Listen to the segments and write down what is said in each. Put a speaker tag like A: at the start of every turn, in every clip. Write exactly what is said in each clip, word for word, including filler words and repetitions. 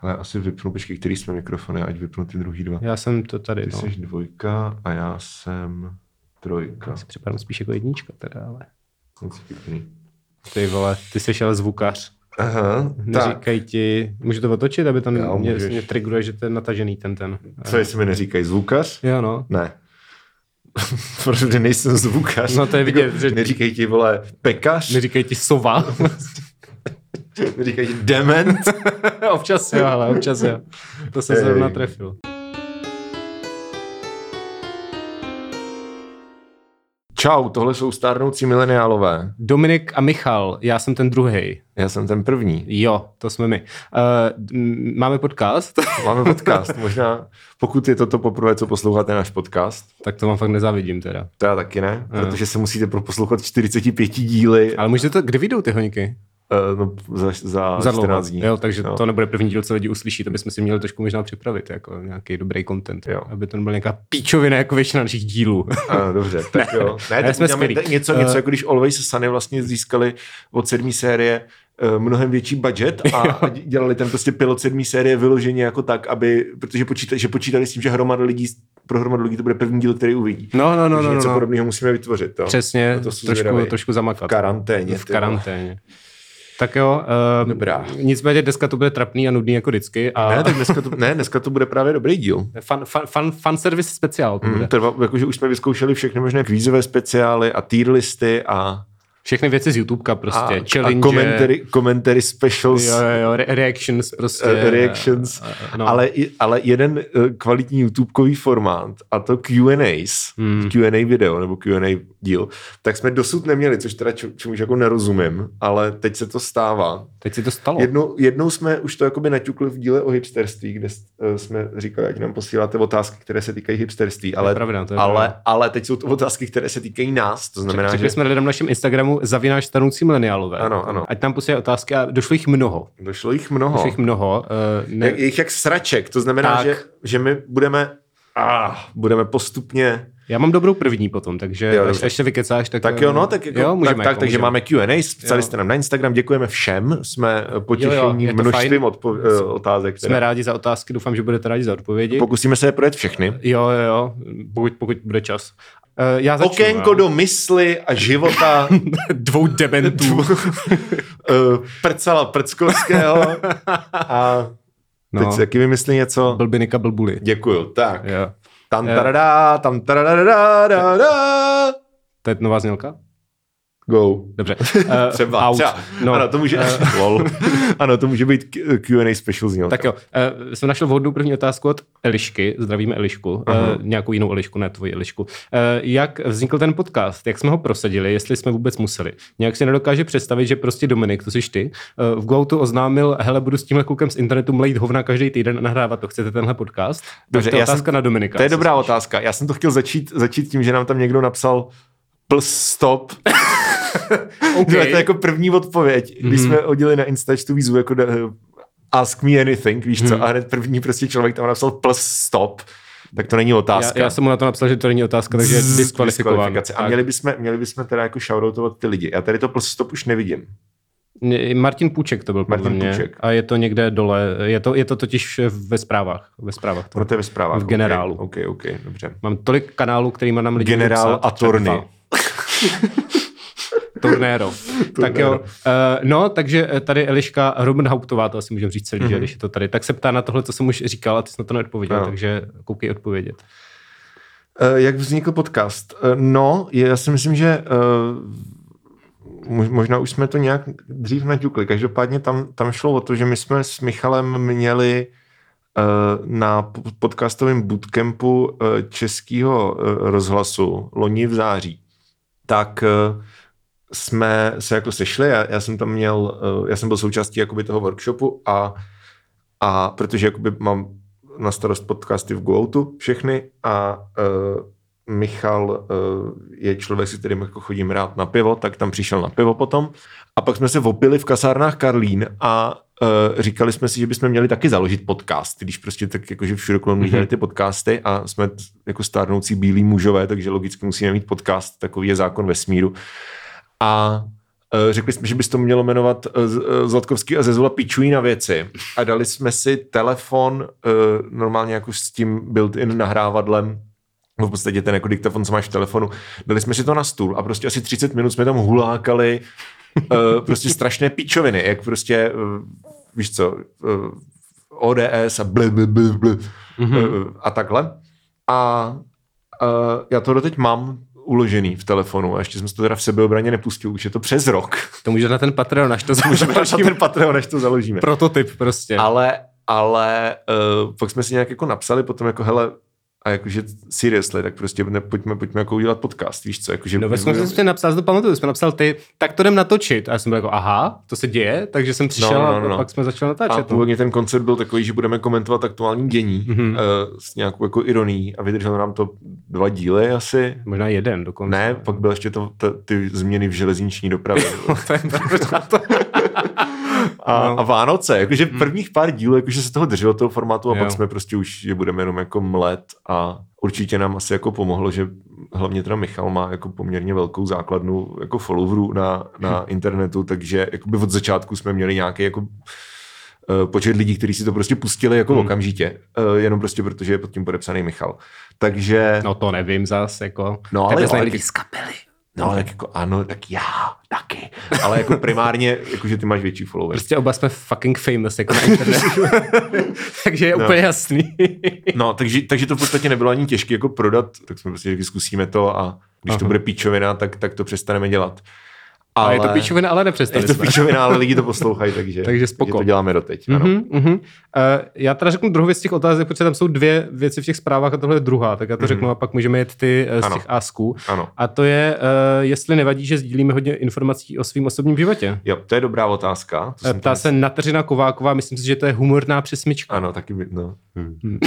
A: Ale asi vypnu, počkej, který jsme mikrofony, ať vypnu ty druhý dva.
B: Já jsem to tady,
A: Ty
B: no.
A: jsi dvojka a já jsem trojka.
B: Já si připadám spíš jako jednička teda, ale...
A: Moc pěkný.
B: Ty vole, ty jsi ale zvukař.
A: Aha,
B: Neříkají
A: tak.
B: ti, můžu to otočit, aby tam
A: Jo,
B: mě,
A: můžeš.
B: mě triggeruje, že to je natažený ten ten.
A: Co jestli mi neříkají zvukař?
B: Jo, no.
A: Ne. Protože nejsem zvukař.
B: No to je vidět,
A: jako,
B: že...
A: Neříkají ti, vole, pekař?
B: Neříkají ti sova.
A: Neříkají ti dement?
B: Občas jo, ale občas jo. To se zrovna trefil.
A: Čau, tohle jsou stárnoucí mileniálové.
B: Dominik a Michal, já jsem ten druhej.
A: Já jsem ten první.
B: Jo, to jsme my. Uh, máme podcast?
A: Máme podcast. Možná, pokud je toto poprvé, co posloucháte náš podcast.
B: Tak to vám fakt nezávidím teda.
A: To já taky ne, uh. protože se musíte proposlouchat čtyřicet pět díly.
B: Ale můžete to, kdy vyjdou ty honíky?
A: Uh, no, za, za,
B: za
A: čtrnáct dní.
B: Jo, takže
A: no.
B: To nebude první díl, co lidi uslyší, to bychom si měli trošku možná připravit, jako nějaký dobrý content,
A: jo.
B: Aby to nebyla nějaká píčovina, jako většina našich dílů.
A: Uh, dobře, tak ne, jo. Ne, tak jsme něco, něco uh, jako když Always Sunny vlastně získali od sedmé série uh, mnohem větší budget a, a dělali ten prostě pilot sedmé série vyloženě jako tak, aby, protože počítali, že počítali s tím, že hromada lidí, pro hromadu lidí to bude první díl, který uvidí.
B: No, no, no,
A: takže
B: no,
A: něco
B: no.
A: podobného musíme vytvořit. Jo.
B: Přesně, trošku, trošku zamakat.
A: V karanténě.
B: V karanténě. Tak jo, uh,
A: dobrá.
B: Nicméně dneska to bude trapný a nudný jako vždycky. A...
A: Ne, tak dneska to, ne, dneska to bude právě dobrý díl.
B: Fan, fan, fan, fan service speciál to bude.
A: Mm, trva, jakože už jsme vyzkoušeli všechny možné kvízové speciály a tier listy a...
B: Všechny věci z YouTubeka prostě,
A: a,
B: challenge.
A: A komentary, komentary specials.
B: Jo, jo, re- reactions prostě.
A: Uh, reactions.
B: No.
A: Ale, ale jeden uh, kvalitní YouTubekový formát, a to Q and A's, hmm. Q and A video nebo Q and A díl, tak jsme dosud neměli, což teda čemuž jako nerozumím, ale teď se to stává.
B: Teď se to stalo.
A: Jednou, jednou jsme už to jakoby naťukli v díle o hipsterství, kde uh, jsme říkali, ať nám posíláte otázky, které se týkají hipsterství, ale,
B: pravda,
A: ale, ale teď jsou to otázky, které se týkají nás, to znamená,
B: Řekli
A: že...
B: jsme lidem na našem Instagramu zavináš starnoucí mileniálové.
A: Ano, ano.
B: Ať tam posílají otázky a došlo jich mnoho.
A: Došlo jich mnoho.
B: Došlo jich mnoho. Uh, ne...
A: Je jich jak sraček, to znamená, že, že my budeme, ah, budeme postupně...
B: Já mám dobrou první potom, takže jo, až ještě vykecáš, tak...
A: Tak jo, no, tak, jako,
B: jo, můžeme,
A: tak, tak
B: jako,
A: takže
B: můžeme.
A: máme Q and A, psali jste nám na Instagram, děkujeme všem, jsme potěšení množstvím odpo- otázek.
B: Jsme rádi za otázky, doufám, že budete rádi za odpovědi.
A: Pokusíme se je projet všechny.
B: Jo, jo, jo, pokud, pokud bude čas. Uh, já začnu,
A: Okénko
B: jo.
A: do mysli a života
B: dvou dementů.
A: uh, Prcala Prckovského a
B: no.
A: teď si taky vymyslí něco.
B: Blbinika Blbuli.
A: Děkuju, tak.
B: Jo.
A: Tam taradá, tam taradá.
B: To je nová znělka?
A: Go.
B: Dobře. Uh,
A: třeba,
B: out.
A: třeba.
B: No.
A: Ano, to může, uh, lol. Ano, to může být Q and A special znělka.
B: Tak jo, uh, jsem našel vhodnou první otázku od Elišky, zdravíme Elišku, uh, nějakou jinou Elišku, ne tvoji Elišku. Uh, jak vznikl ten podcast, jak jsme ho prosadili, jestli jsme vůbec museli. Nějak si nedokáže představit, že prostě Dominik, to jsi ty, uh, v Goutu oznámil, hele, budu s tímhle klukem z internetu mlejt hovna každý týden a nahrávat to, chcete tenhle podcast?
A: Dobře,
B: to je
A: já
B: otázka
A: jsem,
B: na Dominika.
A: To je dobrá spíš. Otázka. Já jsem to chtěl začít, začít tím, že nám tam někdo napsal plus stop. Okay. To je jako první odpověď. Když mm-hmm. jsme hodili na Instač tu výzvu jako ask me anything, víš co, mm. a hned první prostě člověk tam napsal plus stop, tak to není otázka.
B: Já, já jsem mu na to napsal, že to není otázka, takže je diskvalifikován.
A: A měli bychom, měli bychom teda jako shoutoutovat ty lidi. Já tady to plus stop už nevidím.
B: Martin Půček to byl podle mě.
A: Půček.
B: A je to někde dole. Je to, je to totiž ve zprávách. Ve zprávách.
A: To, no to je ve zprávách.
B: V generálu.
A: Ok, ok, dobře.
B: Mám tolik kanálů, kterýma nám lidi
A: Generál a Torny.
B: Tornéro. Tak jo. Uh, no, takže tady Eliška Rubenhauptová, to asi můžeme říct celý, mm-hmm. že když je to tady, tak se ptá na tohle, co jsem už říkal, a ty jsi na to neodpověděl, no. Takže koukej odpovědět.
A: Uh, jak vznikl podcast? Uh, no, já si myslím, že uh, možná už jsme to nějak dřív naťukli. Každopádně tam, tam šlo o to, že my jsme s Michalem měli uh, na podcastovém bootcampu uh, Českého uh, rozhlasu loni v září. Tak uh, jsme se jako sešli, já, já jsem tam měl, uh, já jsem byl součástí jakoby toho workshopu a, a protože jakoby mám na starost podcasty v Goutu všechny a uh, Michal uh, je člověk, s kterým jako chodím rád na pivo, tak tam přišel na pivo potom a pak jsme se opili v kasárnách Karlín a uh, říkali jsme si, že bychom měli taky založit podcast, když prostě tak jakože všude kolem mm-hmm. dělali ty podcasty a jsme jako stárnoucí bílí mužové, takže logicky musíme mít podcast, takový je zákon vesmíru. A řekli jsme, že bys to mělo jmenovat Zlatkovský a Zezula pičují na věci. A dali jsme si telefon normálně jako s tím built-in nahrávadlem, v podstatě ten jako diktafon, co máš v telefonu. Dali jsme si to na stůl a prostě asi třicet minut jsme tam hulákali prostě strašné pičoviny, jak prostě, víš co, O D S a ble, ble, ble, ble, mm-hmm. a takhle. A já to doteď mám uložený v telefonu a ještě jsem to teda v sebeobraně nepustil, už je to přes rok.
B: To může na ten Patreon, až to založíme.
A: na ten Patreon, až to založíme.
B: Prototyp prostě.
A: Ale, ale uh, pak jsme si nějak jako napsali potom jako hele, a jakože seriously, tak prostě ne, pojďme, pojďme jako udělat podcast, víš co? Jakože,
B: no, jsme jsme napsal, to pamatuju, jsme napsal ty, tak to jdem natočit. A já jsem byl jako, aha, to se děje, takže jsem přišel no, no, no, no. a pak jsme začali natáčet. A
A: původně ten koncept byl takový, že budeme komentovat aktuální dění mm-hmm. uh, s nějakou jako ironií a vydrželo nám to dva díly asi.
B: Možná jeden dokonce.
A: Ne, pak byl ještě to, to, ty změny v železniční dopravě. A, no. a Vánoce, jakože prvních pár dílů, jakože se toho drželo toho formátu a jo. pak jsme prostě už, že budeme jenom jako mlet a určitě nám asi jako pomohlo, že hlavně teda Michal má jako poměrně velkou základnu jako followerů na, na internetu, takže jakoby od začátku jsme měli nějaký jako uh, počet lidí, kteří si to prostě pustili jako hmm. okamžitě, uh, jenom prostě protože je pod tím podepsaný Michal. Takže...
B: No to nevím zas, jako...
A: No ale jo,
B: lidi z kapely.
A: No, tak jako ano, tak já taky. Ale jako primárně, jakože ty máš větší followers.
B: Prostě oba jsme fucking famous jako na internetu. Takže je no. úplně jasný.
A: No, takže, takže to v podstatě nebylo ani těžké jako prodat, tak jsme prostě řekli, zkusíme to a když Aha. to bude píčovina, tak, tak to přestaneme dělat.
B: Ale... A je to píčovina, ale nepřestali
A: Je to jsme. píčovina, ale lidi to poslouchají, takže,
B: takže, spoko.
A: takže to děláme doteď.
B: Ano. Mm-hmm, mm-hmm. Uh, já teda řeknu druhou věc z těch otázek, protože tam jsou dvě věci v těch zprávách a tohle je druhá, tak já to mm-hmm. řeknu a pak můžeme jet ty uh, z ano. těch asků.
A: Ano.
B: A to je, uh, jestli nevadí, že sdílíme hodně informací o svém osobním životě.
A: Jo, to je dobrá otázka. To
B: Ptá se Nateřina Kováková, myslím si, že to je humorná přesmička.
A: Ano, taky by, no. Hmm.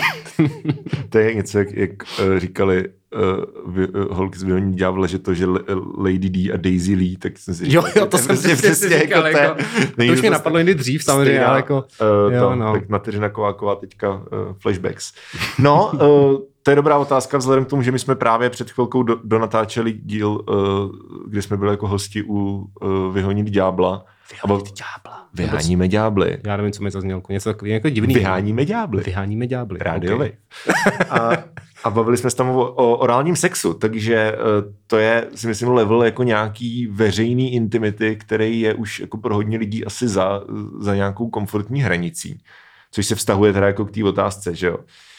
A: To je něco, jak, jak uh, říkali Uh, vy, uh, holky z Vyhonění ďábla, že to, že Lady D a Daisy Lee, tak jsem si
B: říkal, jo, jo, to jsem si přesně říkal, jako, jako, to už mě napadlo jiný dřív, samozřejmě, ale jako,
A: uh, jo, to, no. Tak Nateřina Kováková teďka uh, flashbacks. No, uh, to je dobrá otázka vzhledem k tomu, že my jsme právě před chvilkou do, donatáčeli díl, uh, kde jsme byli jako hosti u uh, Vyhonění ďábla.
B: Vyhánit ďábla.
A: Vyháníme ďábly.
B: Já nevím, co mi zaznělo, něco takový jako divný.
A: Vyháníme ďábly.
B: Vyháníme ďábly.
A: Rádiovej. Okay. a, a bavili jsme se tam o, o orálním sexu, takže uh, to je, si myslím, level jako nějaký veřejný intimity, který je už jako pro hodně lidí asi za, za nějakou komfortní hranicí, což se vztahuje teda jako k té otázce, že jo.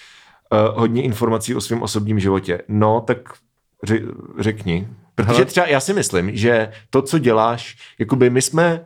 A: Uh, hodně informací o svém osobním životě. No, tak ři, řekni. Protože třeba já si myslím, že to, co děláš, jakoby my jsme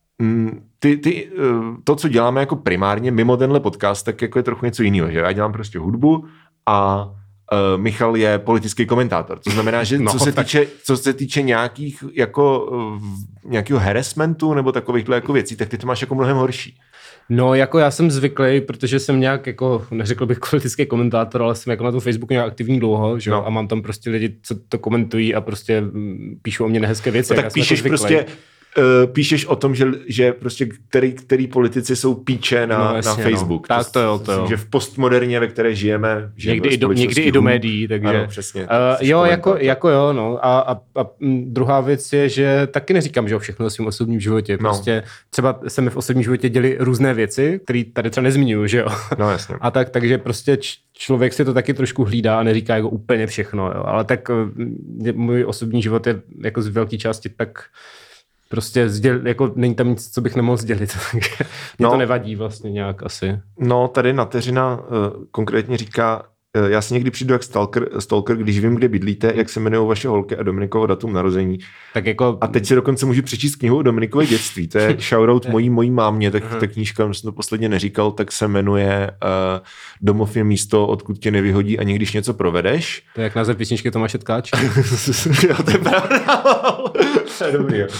A: Ty, ty, to, co děláme jako primárně mimo tenhle podcast, tak jako je trochu něco jiného, že já dělám prostě hudbu a uh, Michal je politický komentátor. To znamená, že no, co, se tak... týče, co se týče nějakých jako uh, nějakého harassmentu nebo takovýchhle jako věcí, tak ty to máš jako mnohem horší.
B: No, jako já jsem zvyklý, protože jsem nějak jako, neřekl bych politický komentátor, ale jsem jako na tom Facebooku nějak aktivní dlouho, že no. A mám tam prostě lidi, co to komentují a prostě píšou o mě nehezké věci.
A: No, tak píšeš prostě Uh, píšeš o tom, že, že prostě který, který politici jsou píče na, no, jasně, na Facebook.
B: No. Tak to jo, to jo.
A: Že v postmoderně, ve které žijeme, žijeme
B: někdy, i do, někdy i do médií, takže...
A: Ano, přesně.
B: Uh, jo, jako, jako jo, no. A, a, a druhá věc je, že taky neříkám, že o všechno o svém osobním životě. Prostě no. třeba se mi v osobním životě děli různé věci, které tady třeba nezmiňuju, že jo.
A: No, jasně.
B: A tak, takže prostě č- člověk si to taky trošku hlídá a neříká jako úplně všechno, jo. Ale tak můj osobní život je jako z velké části tak... Prostě sděl, jako není tam nic, co bych nemohl sdělit. Mě no, to nevadí vlastně nějak asi.
A: No, tady Nateřina uh, konkrétně říká, uh, já si někdy přijdu jak stalker, stalker, když vím, kde bydlíte, jak se jmenují vaše holky a Dominikovo datum narození.
B: Tak jako...
A: A teď si dokonce můžu přečíst knihu o Dominikově dětství. To je shoutout mojí, mojí mámě, tak ta knížka, jsem to posledně neříkal, tak se jmenuje uh, Domov je místo, odkud tě nevyhodí, ani když něco provedeš.
B: To je jak název písničky Tomáše Tkáče.
A: Jo, to je pravda. To je dobrý, jo.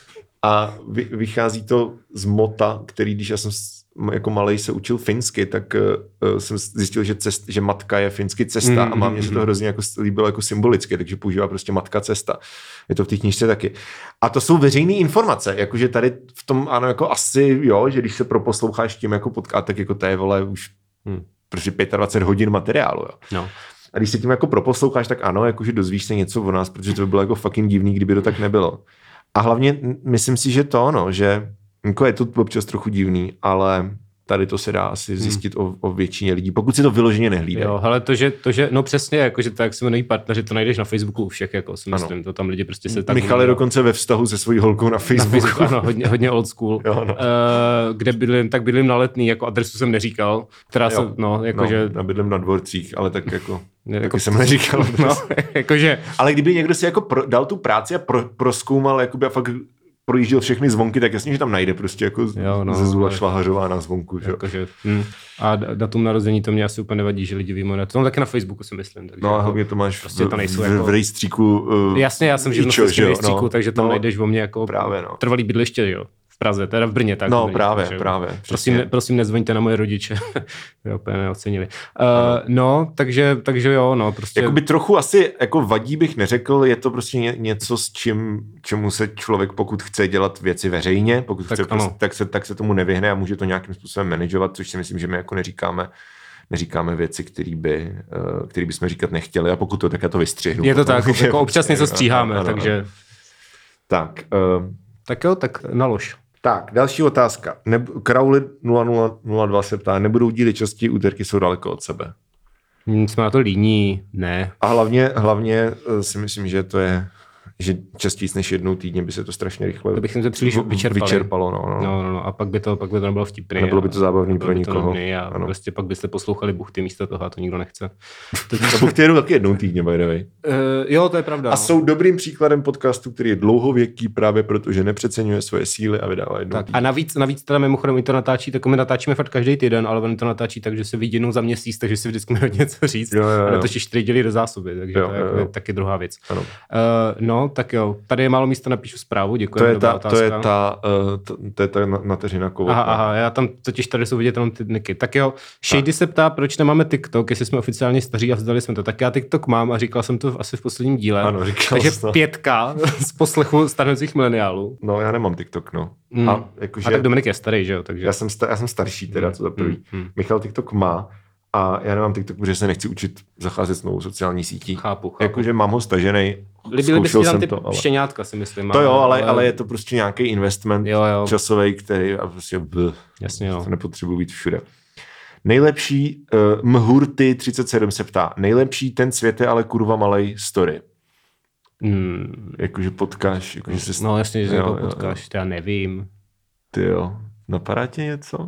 A: A vychází to z mota, který, když já jsem jako malej se učil finsky, tak uh, jsem zjistil, že, cest, že matka je finsky cesta mm, a mám mě se to hrozně jako líbilo jako symbolicky, takže používá prostě matka cesta. Je to v té knížce taky. A to jsou veřejné informace, jakože tady v tom, ano, jako asi, jo, že když se proposloucháš tím jako podcast, tak jako to je, vole, už hmm. prostě dvacet pět hodin materiálu, jo.
B: No.
A: A když se tím jako proposloucháš, tak ano, jakože dozvíš se něco o nás, protože to by bylo jako fucking divný, kdyby to tak nebylo. A hlavně myslím si, že to, no, že jako je to občas trochu divný, ale tady to se dá asi zjistit hmm. o, o většině lidí, pokud si to vyloženě nehlídají.
B: Jo, ale to, že, to, že, no přesně, jako, že to, jak se jmenují partneři, to najdeš na Facebooku u všech, jako si myslím, ano. To tam lidi prostě se tak...
A: Michal je dokonce ve vztahu se svojí holkou na Facebooku. Na Facebooku,
B: ano, hodně, hodně old school.
A: Jo, no.
B: uh, kde bydlím, tak bydlím na Letný, jako adresu jsem neříkal, která se, no, jakože...
A: No, bydlím na Dvorcích, ale tak jako...
B: jako
A: taky jsem neříkal.
B: No, jakože...
A: Ale kdyby někdo si jako pro, dal tu práci a pro, proskoumal, jakoby a fakt projížděl všechny zvonky, tak jasně, že tam najde prostě jako jo, no, Zezula Šlahařová na zvonku.
B: Jakože, hm. A datum narození to mě asi úplně nevadí, že lidi ví moje. To mám taky na Facebooku, si myslím. Takže
A: no a
B: jako,
A: hlavně to máš
B: prostě
A: v,
B: to nejsou
A: v,
B: jako...
A: v rejstříku. Uh,
B: jasně, já jsem v živnostenském rejstříku, no, takže tam no, najdeš o mě jako
A: právě, no.
B: trvalý bydliště, jo. V Praze, teda v Brně. Tak,
A: no
B: v Brně,
A: právě,
B: takže,
A: právě.
B: Prosím, ne, prosím, nezvoňte na moje rodiče. Jo, úplně neocenili. Uh, no, takže, takže jo, no, prostě...
A: Jakoby trochu asi jako vadí bych neřekl, je to prostě ně, něco, s čím, čemu se člověk, pokud chce dělat věci veřejně, pokud tak, chce, prostě, tak, se, tak se tomu nevyhne a může to nějakým způsobem manažovat, což si myslím, že my jako neříkáme, neříkáme věci, které by, který bychom říkat nechtěli a pokud to, tak já to vystřihnu.
B: Je to potom, tak, jako občas něco stříháme, ano, takže... Ano.
A: Tak. Uh,
B: tak jo, tak nalož.
A: Tak, další otázka. Ne, Crowley nula nula nula dva se ptá, nebudou díly častěji, úterky jsou daleko od sebe.
B: Hmm, jsme na to líní, ne.
A: A hlavně, hlavně si myslím, že to je, že častěji než jednou týdně by se to strašně rychle
B: to bychom se příliš vyčerpali.
A: vyčerpalo. No, no.
B: No, no, no, a pak by to, pak by to nebylo vtipný.
A: Nebylo by to zábavný pro nikoho.
B: A ano. Prostě pak byste poslouchali buchty místo toho a to nikdo nechce.
A: A buchty jedou taky jednou týdně, by the way.
B: Uh, jo, to je pravda.
A: A no. Jsou dobrým příkladem podcastu, který je dlouhověký právě proto, že nepřeceňuje svoje síly a vydává jednou
B: tak. A navíc, navíc teda mimochodem, my to natáčí, tak my natáčíme fakt každý týden, ale on to natáčí tak, že se vidí jednou za měsíc, takže si vždycky měl něco říct.
A: Jo, jo, jo.
B: A na to čtyři dělí do zásoby, takže
A: jo,
B: to je
A: jo,
B: jako
A: jo.
B: taky druhá věc.
A: Ano.
B: Uh, no, tak jo. Tady je málo místa, napíšu zprávu, děkuji.
A: To je ta, to je ta, uh, to, to je ta Nateřina Kovotná.
B: Aha, aha, já tam totiž tady jsou vidět jenom ty niky. Tak jo, Shady se ptá, proč nemáme TikTok, jestli jsme oficiálně staří a vzdali jsme to. Tak já TikTok mám a říkal jsem to asi v posledním díle.
A: Ano, říkal
B: Takže
A: jsem.
B: pětka z poslechu starnoucích mileniálů.
A: No, já nemám TikTok, no.
B: Mm.
A: A, jakože,
B: a tak Dominik je starý, že jo? Takže...
A: Já, jsem star, já jsem starší teda, co za první.
B: Mm, mm.
A: Michal TikTok má a já nemám TikTok, protože se nechci učit zacházet s novou sociální sítí.
B: Chápu, chápu.
A: Jakože mám ho staženej,
B: Líbily by si tam ty
A: to, ale...
B: štěňátka, si myslím.
A: To jo, ale, ale je to prostě nějaký investment
B: jo, jo.
A: časový, který a prostě blh,
B: jasně, jo.
A: To nepotřebuji být všude. Nejlepší, uh, Mhurty třicet sedm se ptá, nejlepší ten svět je ale kurva malej story.
B: Hmm.
A: Jakože potkáš. Jakože se...
B: No jasně, že jo, potkáš, to já nevím.
A: Ty jo, napadá tě něco?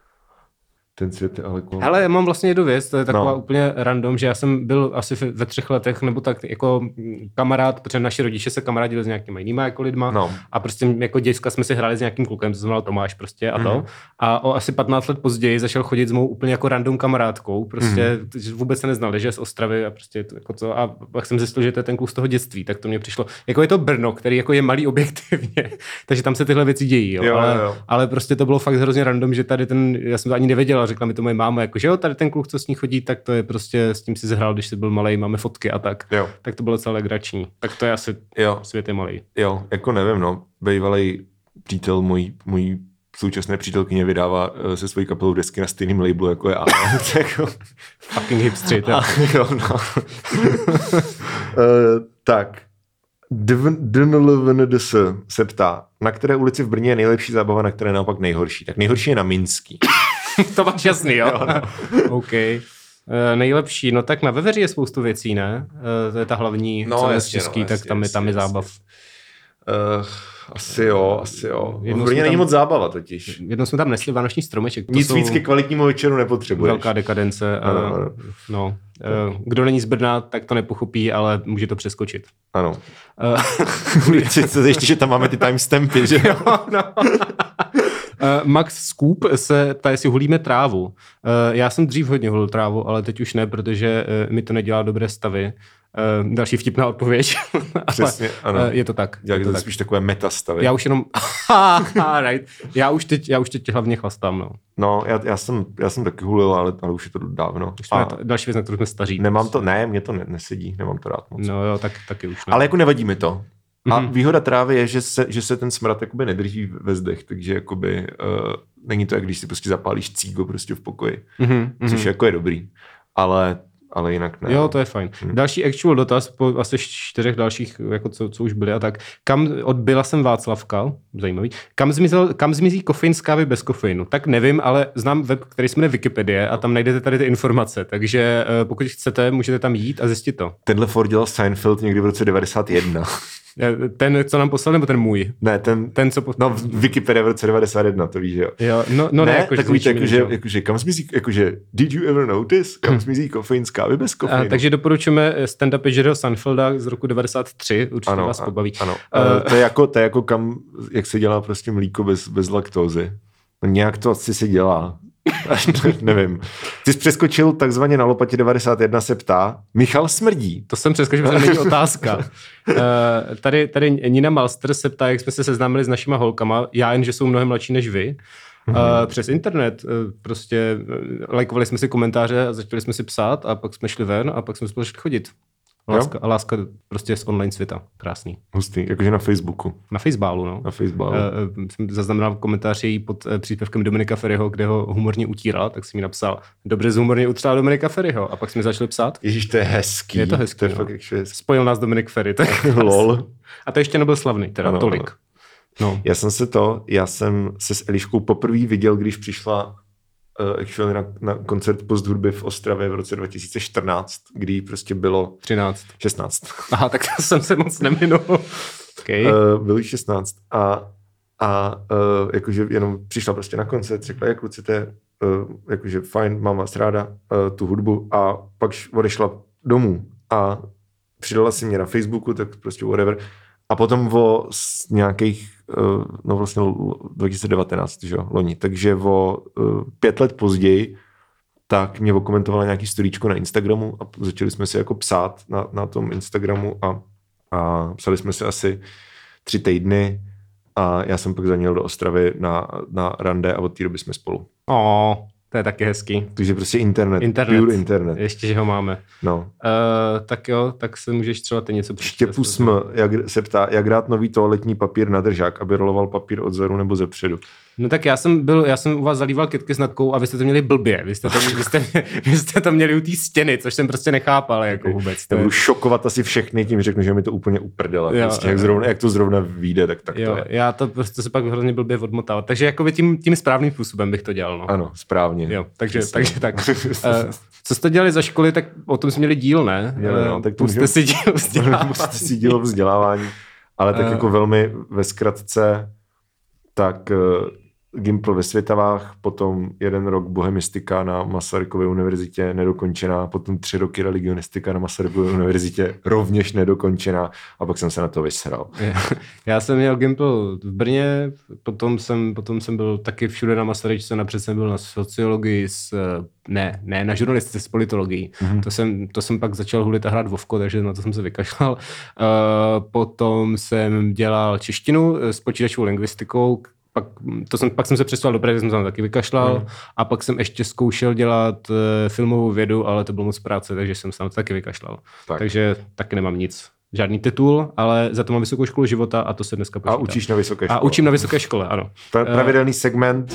A: Ten svět je ale...
B: Hele, já mám vlastně jednu věc, to je taková
A: no.
B: úplně random, že já jsem byl asi ve třech letech, nebo tak jako kamarád, protože naši rodiče se kamarádili s nějakýma jinýma jako lidma
A: no.
B: a prostě jako děcka jsme si hráli s nějakým klukem, to znamená Tomáš prostě a to. Mm. A o asi patnáct let později začal chodit s mou úplně jako random kamarádkou, prostě mm. vůbec se neznali, že z Ostravy a prostě to, jako co. A pak jsem zjistil, že to je ten kluk z toho dětství, tak to mě přišlo. Jako je to Brno, který jako je malý objektivně, takže tam se tyhle věci dějí, jo.
A: Jo,
B: ale,
A: jo.
B: ale prostě to bylo fakt hrozně random, že tady ten, já jsem to ani nevěděl, řekla mi to moje máma, jako že jo, tady ten kluk, co s ní chodí, tak to je prostě, s tím si zhrál, když jsi byl malej, máme fotky a tak.
A: Jo.
B: Tak to bylo celé legrační. Tak to je asi
A: jo.
B: svět je malej.
A: Jo, jako nevím, no, bejvalej přítel můj, můj současné přítelkyně vydává uh, se svojí kapelou desky na stejném labelu, jako je A.
B: Fucking hipstři.
A: Jo, no. uh, tak. D N L V N D S se ptá, na které ulici v Brně je nejlepší zábava, na které je naopak nejhorší. Tak nejhorší je na Minský.
B: To máš jasný, jo?
A: jo no.
B: OK. Uh, nejlepší, no tak na Veveří je spoustu věcí, ne? Uh, to je ta hlavní,
A: no,
B: co je
A: jasně,
B: český,
A: no,
B: tak
A: jasně,
B: tam, je,
A: jasně,
B: tam je
A: jasně.
B: zábav.
A: Uh, asi jo, asi jo.
B: Jednou
A: v Brně není
B: tam,
A: moc zábava totiž.
B: Jednou jsme tam nesli vánoční stromeček. To
A: Nic
B: jsou
A: víc ke kvalitnímu večeru nepotřebuješ.
B: Velká dekadence.
A: Ano,
B: uh,
A: ano.
B: No. Uh, kdo není z Brna, tak to nepochopí, ale může to přeskočit.
A: Ano.
B: Uh,
A: ještě, že tam máme ty timestampy, že jo?
B: no. Uh, Max Scoop se ptá, jestli hulíme trávu. Uh, já jsem dřív hodně hulil trávu, ale teď už ne, protože uh, mi to nedělá dobré stavy. Uh, další vtipná odpověď.
A: Přesně, ano.
B: Uh, je to tak.
A: Dělá
B: je to
A: to
B: tak.
A: spíš takové metastavy.
B: Já už jenom... right. já, už teď, já už teď hlavně chlastám, no.
A: No, já, já, jsem, já jsem taky hulil, ale, ale už je to dávno.
B: A další věc, na kterou jsme staří.
A: Nemám to, ne, mě to ne, nesedí, nemám to rád moc.
B: No jo, tak, taky už ne.
A: Ale jako nevadí mi to. A
B: mm-hmm.
A: výhoda trávy je, že se, že se ten smrad jakoby nedrží ve zdech, takže jakoby uh, není to, jak když si prostě zapálíš cígo prostě v pokoji,
B: mm-hmm.
A: což jako je dobrý. Ale ale jinak ne.
B: Jo, to je fajn. Hmm. Další actual dotaz po asi čtyřech dalších, jako co, co už byly a tak. Kam, od Byla jsem Václavka, zajímavý, kam, zmizel, kam zmizí kofein z kávy bez kofeinu? Tak nevím, ale znám web, který se jmenuje Wikipedie a tam najdete tady ty informace, takže pokud chcete, můžete tam jít a zjistit to.
A: Tenhle Ford dělal Seinfeld někdy v roce devadesát jedna.
B: Ten, co nám poslal, nebo ten můj?
A: Ne, ten,
B: ten co poslal.
A: No, Wikipedia v roce devadesát jedna, to víš, jo.
B: Jo, no, no ne,
A: ne
B: jako,
A: takový to, jakože, jakože, kam zmizí, jakože, did you ever notice, kam zmizí kofein z kávy bez kofeinu?
B: A, takže doporučujeme stand-up Jerryho Seinfelda z roku devadesát tři, určitě ano, vás pobaví.
A: Ano, uh, to, je jako, to je jako kam, jak se dělá prostě mlíko bez, bez laktózy. No nějak to asi se dělá. Nevím. Ty jsi přeskočil takzvaně na lopatě devadesát jedna se ptá, Michal smrdí.
B: To jsem přeskočil, protože to není otázka. Uh, tady, tady Nina Malster se ptá, jak jsme se seznámili s našima holkama. Já jen, že jsou mnohem mladší než vy. Uh, přes internet. Uh, prostě uh, lajkovali jsme si komentáře a začali jsme si psát a pak jsme šli ven a pak jsme spolu šli chodit. Láska, a láska prostě z online světa. Krásný.
A: Hustý, jakože na Facebooku.
B: Na Facebooku, no.
A: Na Facebooku.
B: Uh, jsem zaznamenal komentář její pod uh, příspěvkem Dominika Ferryho, kde ho humorně utírala, tak jsem mi napsal, dobře humorně utřela Dominika Ferryho. A pak jsme začali psát.
A: Ježíš, to je hezký.
B: Je to hezký,
A: to je
B: no.
A: fakt hezký.
B: Spojil nás Dominik Ferry. Tak
A: Lol.
B: A to ještě nebyl slavný, teda ano, tolik. Ano. No.
A: Já jsem se to, já jsem se s Eliškou poprvé viděl, když přišla uh, actually na, na koncert Post hudby v Ostravě v roce dva tisíce čtrnáct, kdy prostě bylo
B: třináct.
A: šestnáct.
B: Aha, tak to jsem se moc neminul. Okay.
A: Uh, bylo jí šestnáct a, a uh, jakože jenom přišla prostě na koncert, řekla, jak kluci, to je uh, jakože fajn, mám vás ráda, uh, tu hudbu a pak odešla domů a přidala si mě na Facebooku, tak prostě whatever. A potom o nějakých, no vlastně dva tisíce devatenáct, že jo, loni, takže o pět let později, tak mě okomentovala nějaký storíčko na Instagramu a začali jsme si jako psát na, na tom Instagramu a, a psali jsme si asi tři týdny a já jsem pak za ní jel do Ostravy na, na rande a od té doby jsme spolu.
B: Oh. To je taky hezký.
A: Takže prostě internet,
B: internet.
A: Pure internet.
B: Ještě, že ho máme.
A: No.
B: Uh, tak jo, tak se můžeš třeba ty něco přečíst.
A: Štěpu sm, jak se ptá, jak dát nový toaletní papír na držák, aby roloval papír od zadu nebo zepředu.
B: No tak já jsem byl, já jsem u vás zalíval kytky s natkou a vy jste to měli blbě. Vy jste to, vy jste, vy jste to měli u té stěny, což jsem prostě nechápal jako vůbec.
A: Já budu šokovat asi všechny, tím řeknu, že mi to úplně uprdela. Jo, prostě, jak, zrovna, jak to zrovna vyjde, tak, tak
B: jo,
A: to je.
B: Já to prostě se pak hrozně blbě odmotával. Takže jakoby tím, tím správným způsobem bych to dělal. No.
A: Ano, správně.
B: Jo, takže, takže tak. uh, co jste dělali za školy, tak o tom jsme měli díl, ne?
A: Měli, no, tak
B: Puste si díl vzdělávání.
A: Puste si díl vzdělávání. Ale tak uh, jako velmi ve zkratce, tak uh, Gimpl ve Světavách, potom jeden rok bohemistika na Masarykově univerzitě nedokončená, potom tři roky religionistika na Masarykově univerzitě rovněž nedokončená a pak jsem se na to vysral.
B: Já jsem měl Gimpl v Brně, potom jsem, potom jsem byl taky všude na Masaryčce, napřed jsem byl na sociologii, s, ne, ne, na žurnalistice s politologií. Mm-hmm. To, jsem, to jsem pak začal hulit a hrát Vovko, takže na to jsem se vykašlal. Uh, potom jsem dělal češtinu s počítačovou lingvistikou, Pak, to jsem, pak jsem se přestal do Prahy, jsem tam taky vykašlal mm. a pak jsem ještě zkoušel dělat uh, filmovou vědu, ale to bylo moc práce, takže jsem se tam taky vykašlal. Tak. Takže taky nemám nic. Žádný titul, ale za to mám vysokou školu života a to se dneska počítá.
A: A učíš na vysoké škole.
B: A učím na vysoké škole, ano.
A: Pra, pravidelný segment.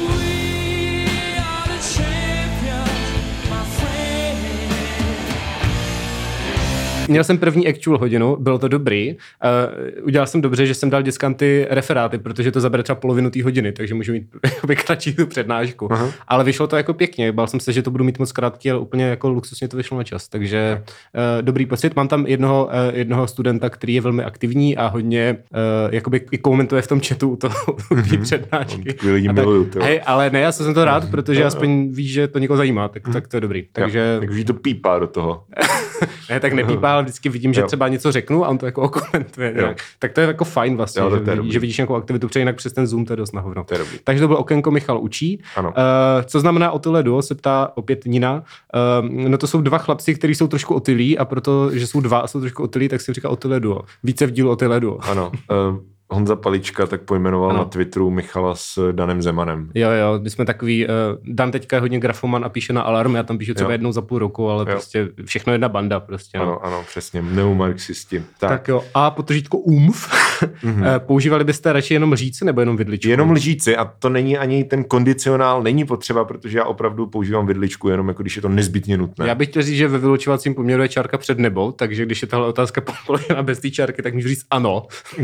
B: Měl jsem první actual hodinu, bylo to dobrý. Uh, udělal jsem dobře, že jsem dal dětskám ty referáty, protože to zabere třeba polovinu té hodiny, takže můžu mít kratší tu přednášku. Uh-huh. Ale vyšlo to jako pěkně, bál jsem se, že to budu mít moc krátký, ale úplně jako luxusně to vyšlo na čas. Takže uh, dobrý pocit. Mám tam jednoho, uh, jednoho studenta, který je velmi aktivní a hodně uh, jakoby i komentuje v tom chatu u toho uh-huh. přednášky.
A: Lidi miluju,
B: hej, ale ne, já jsem to rád, protože aspoň víš, že to někoho zajímá, tak, uh-huh. tak to je dobrý. Takže...
A: Tak už to pípá do toho.
B: Ne, tak nepípá, ale vždycky vidím, že jo. třeba něco řeknu a on to jako okomentuje. Tak to je jako fajn vlastně, jo, že, vidí, že vidíš nějakou aktivitu, protože jinak přes ten Zoom to je dost na hovno. To Takže to bylo okénko Michal učí.
A: Ano.
B: Uh, co znamená Otyle duo, se ptá opět Nina. Uh, no to jsou dva chlapci, kteří jsou trošku otylí a proto, že jsou dva a jsou trošku otylí, tak se říká Otyle duo. Více v dílu Otyle duo.
A: Ano. Uh, Honza Palička tak pojmenoval
B: ano.
A: na Twitteru Michala s Danem Zemanem.
B: Jo, jo, my jsme takový, uh, Dan teďka je hodně grafoman a píše na Alarm, já tam píšu třeba jednou za půl roku, ale jo. prostě všechno jedna banda prostě. No.
A: Ano, ano, přesně, neomarxisti. Tak.
B: tak jo, a potržítko umf, mm-hmm. používali byste radši jenom lžíci nebo jenom vidličku?
A: Jenom lžíci a to není ani ten kondicionál, není potřeba, protože já opravdu používám vidličku jenom jako když je to nezbytně nutné.
B: Já bych chtěl říct, že ve vylučovacím poměru je čárka před nebo, takže když je tahle otázka položena bez té čárky, tak můžu říct ano.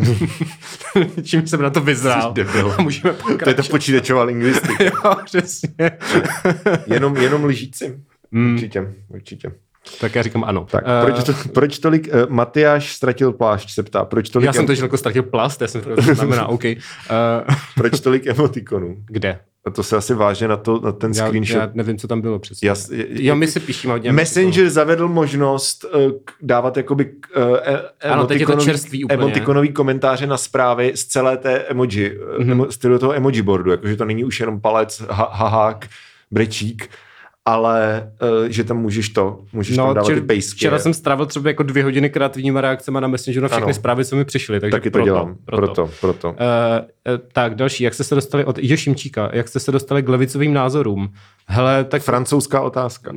B: Čím jsem na to vyzrál.
A: A můžeme pokračovat. To je to počítačová lingvistika.
B: Jo, přesně.
A: jenom, jenom lžíci. Mm. Určitě, určitě.
B: Tak já říkám ano.
A: Tak, uh, proč, to, proč tolik, uh, Matyáš ztratil plášť, se ptá. Proč tolik
B: já jsem to jako ztratil plast, já jsem to znamená, OK. Uh,
A: proč tolik emotikonů?
B: Kde?
A: A to se asi vážně na, to, na ten
B: já,
A: screenshot.
B: Já nevím, co tam bylo přesně.
A: Já,
B: jo, my si píšíme hodně.
A: Messenger emotikonů. Zavedl možnost uh, dávat jakoby uh,
B: ano, teď je to čerstvý úplně.
A: Emotikonový komentáře na zprávy z celé té emoji, mm-hmm. emo, z toho emoji boardu, jakože to není už jenom palec, ha, hahák, brečík, ale uh, že tam můžeš to, můžeš no, tam dávat ty pejsky.
B: Včera jsem strávil třeba jako dvě hodiny kreativníma reakcemi na Messengeru na všechny ano. zprávy, co mi přišly. Takže
A: taky to
B: proto,
A: dělám, proto. proto, proto.
B: Uh, uh, tak, další, jak jste se dostali od Iže Šimčíka, jak jste se dostali k levicovým názorům? Hele, tak...
A: Francouzská otázka.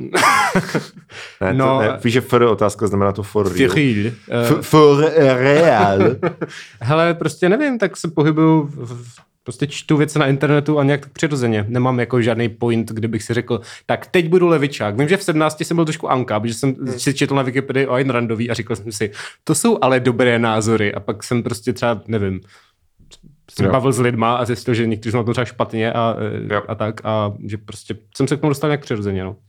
A: ne, no, to, ne, víš, že for otázka znamená to for real.
B: For real.
A: Uh, for real.
B: Hele, prostě nevím, tak se pohybuju v prostě čtu věci na internetu a nějak tak přirozeně. Nemám jako žádný point, kde bych si řekl, tak teď budu levičák. Vím, že v sedmnácti jsem byl trošku Anka, protože jsem hmm. si četl na Wikipedii o Ayn Randový a říkal jsem si, to jsou ale dobré názory. A pak jsem prostě třeba, nevím, jsem bavil s lidma a zjistil, že někteří jsou na to třeba špatně a, a tak. A že prostě jsem se k tomu dostal nějak přirozeně. No. Uh,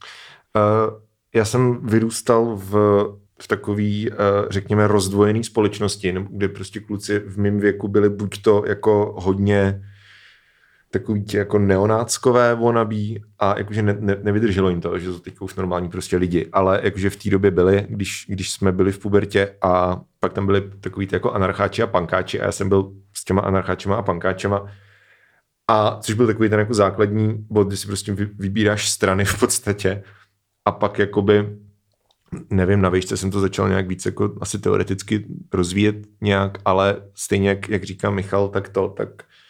A: já jsem vyrůstal v... v takový, řekněme, rozdvojený společnosti, kde prostě kluci v mém věku byli buď to jako hodně takový tě jako neonáckové wannabe a jakože ne, ne, nevydrželo jim to, že to teď už normální prostě lidi, ale jakože v té době byli, když, když jsme byli v pubertě a pak tam byli takový ty jako anarcháči a pankáči a já jsem byl s těma anarcháčima a pankáčema a což byl takový ten jako základní bod, kdy si prostě vybíráš strany v podstatě a pak jakoby nevím, na výšce jsem to začal nějak víc jako asi teoreticky rozvíjet nějak, ale stejně jak, jak říká Michal, tak to, tak,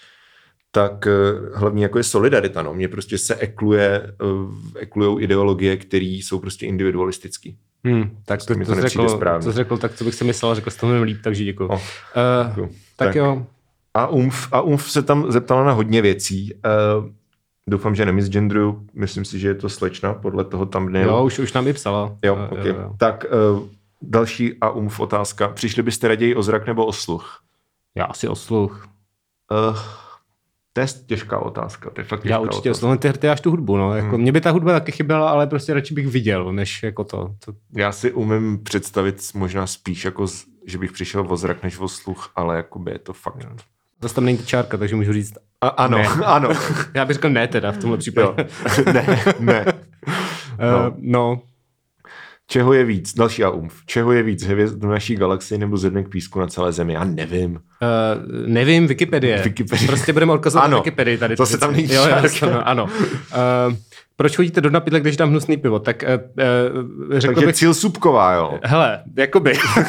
A: tak hlavně jako je solidarita, no. Mně prostě se ekluje, eklujou ideologie, které jsou prostě individualistický.
B: Hmm, tak to, to, to, řekl, to řekl, tak co bych si myslel, řekl jsi to líp, takže děkuju. Oh, uh, děkuju. Tak, tak jo.
A: A umf, a umf se tam zeptala na hodně věcí. Uh, Doufám, že nemisgendruju. Myslím si, že je to slečna podle toho thumbnailu.
B: Jo, už, už nám ji psala.
A: Jo, uh, okay. jo, jo. Tak uh, další a umf otázka. Přišli byste raději o zrak nebo o sluch?
B: Já asi o sluch.
A: Uh, to je těžká otázka. To je fakt těžká
B: Já určitě
A: otázka.
B: o sluch. Ty, ty až tu hudbu. No. Jako, hmm. Mě by ta hudba taky chyběla, ale prostě radši bych viděl, než jako to. to...
A: Já si umím představit možná spíš, jako, že bych přišel o zrak než o sluch, ale jakoby je to fakt... Jo.
B: Zase tam není čárka, takže můžu říct
A: a, ano,
B: ne.
A: ano.
B: Já bych řekl ne teda v tomhle případě.
A: ne, ne.
B: No. Uh, no.
A: Čeho je víc? Další a umf. Čeho je víc? Hvězd do naší galaxie nebo zrnek písku na celé Zemi? Já nevím.
B: Uh, nevím, Wikipedie.
A: Wikipedie.
B: Prostě budeme odkazovat na Wikipedii tady.
A: To se tam není
B: jo, ano. ano. Uh, proč chodíte do napidle, když dám hnusný pivo? Tak uh, uh, řekl
A: Takže
B: bych...
A: cíl Subková, jo?
B: Hele, jakoby.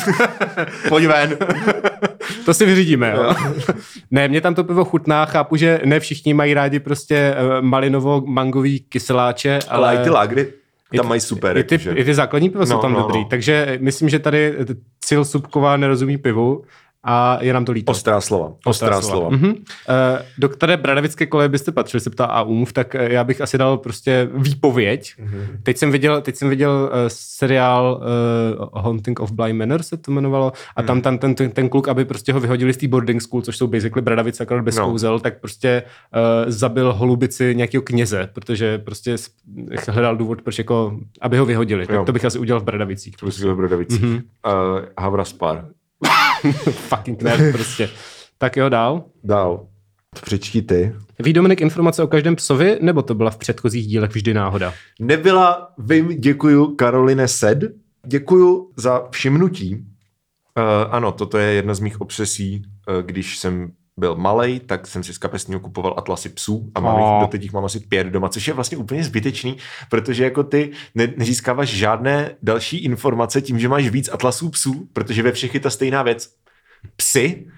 A: Pojď ven.
B: To si vyřídíme, jo. Ne, mě tam to pivo chutná, chápu, že ne všichni mají rádi prostě malinovo-mangový kyseláče, ale...
A: Ale i ty lágry tam mají super.
B: I ty, i ty základní pivo no, jsou tam no, dobrý, no. Takže myslím, že tady Cil Subková nerozumí pivu a je nám to líto.
A: Ostrá slova. Ostrá, Ostrá slova. slova.
B: Mhm. Uh, do které bradavické koleje byste patřili, se ptá a umv, tak já bych asi dal prostě výpověď. Mhm. Teď jsem viděl, teď jsem viděl uh, seriál uh, Haunting of Bly Manor se to jmenovalo a mhm. tam, tam ten, ten, ten kluk, aby prostě ho vyhodili z té boarding school, což jsou basically bradavice akorát bez no. kouzel, tak prostě uh, zabil holubici nějakého kněze, protože prostě hledal důvod, proč jako, aby ho vyhodili. Tak to bych asi udělal v Bradavicích.
A: To bych udělal v Bradavicích. Mhm. Uh, Havra Spar.
B: Fucking nerd prostě. Tak jo, dál.
A: Dál. To přečti ty.
B: Ví Dominik informace o každém psovi, nebo to byla v předchozích dílech vždy náhoda?
A: Nebyla, vím, děkuju Karoline Sed. Děkuju za všimnutí. Uh, ano, toto je jedna z mých obsesí. Uh, když jsem byl malej, tak jsem si z kapesního kupoval atlasy psů a mám
B: oh.
A: jich, doteď jich mám asi pět doma, což je vlastně úplně zbytečný, protože jako ty ne, nezískáváš žádné další informace tím, že máš víc atlasů psů, protože ve všech je ta stejná věc. Psy.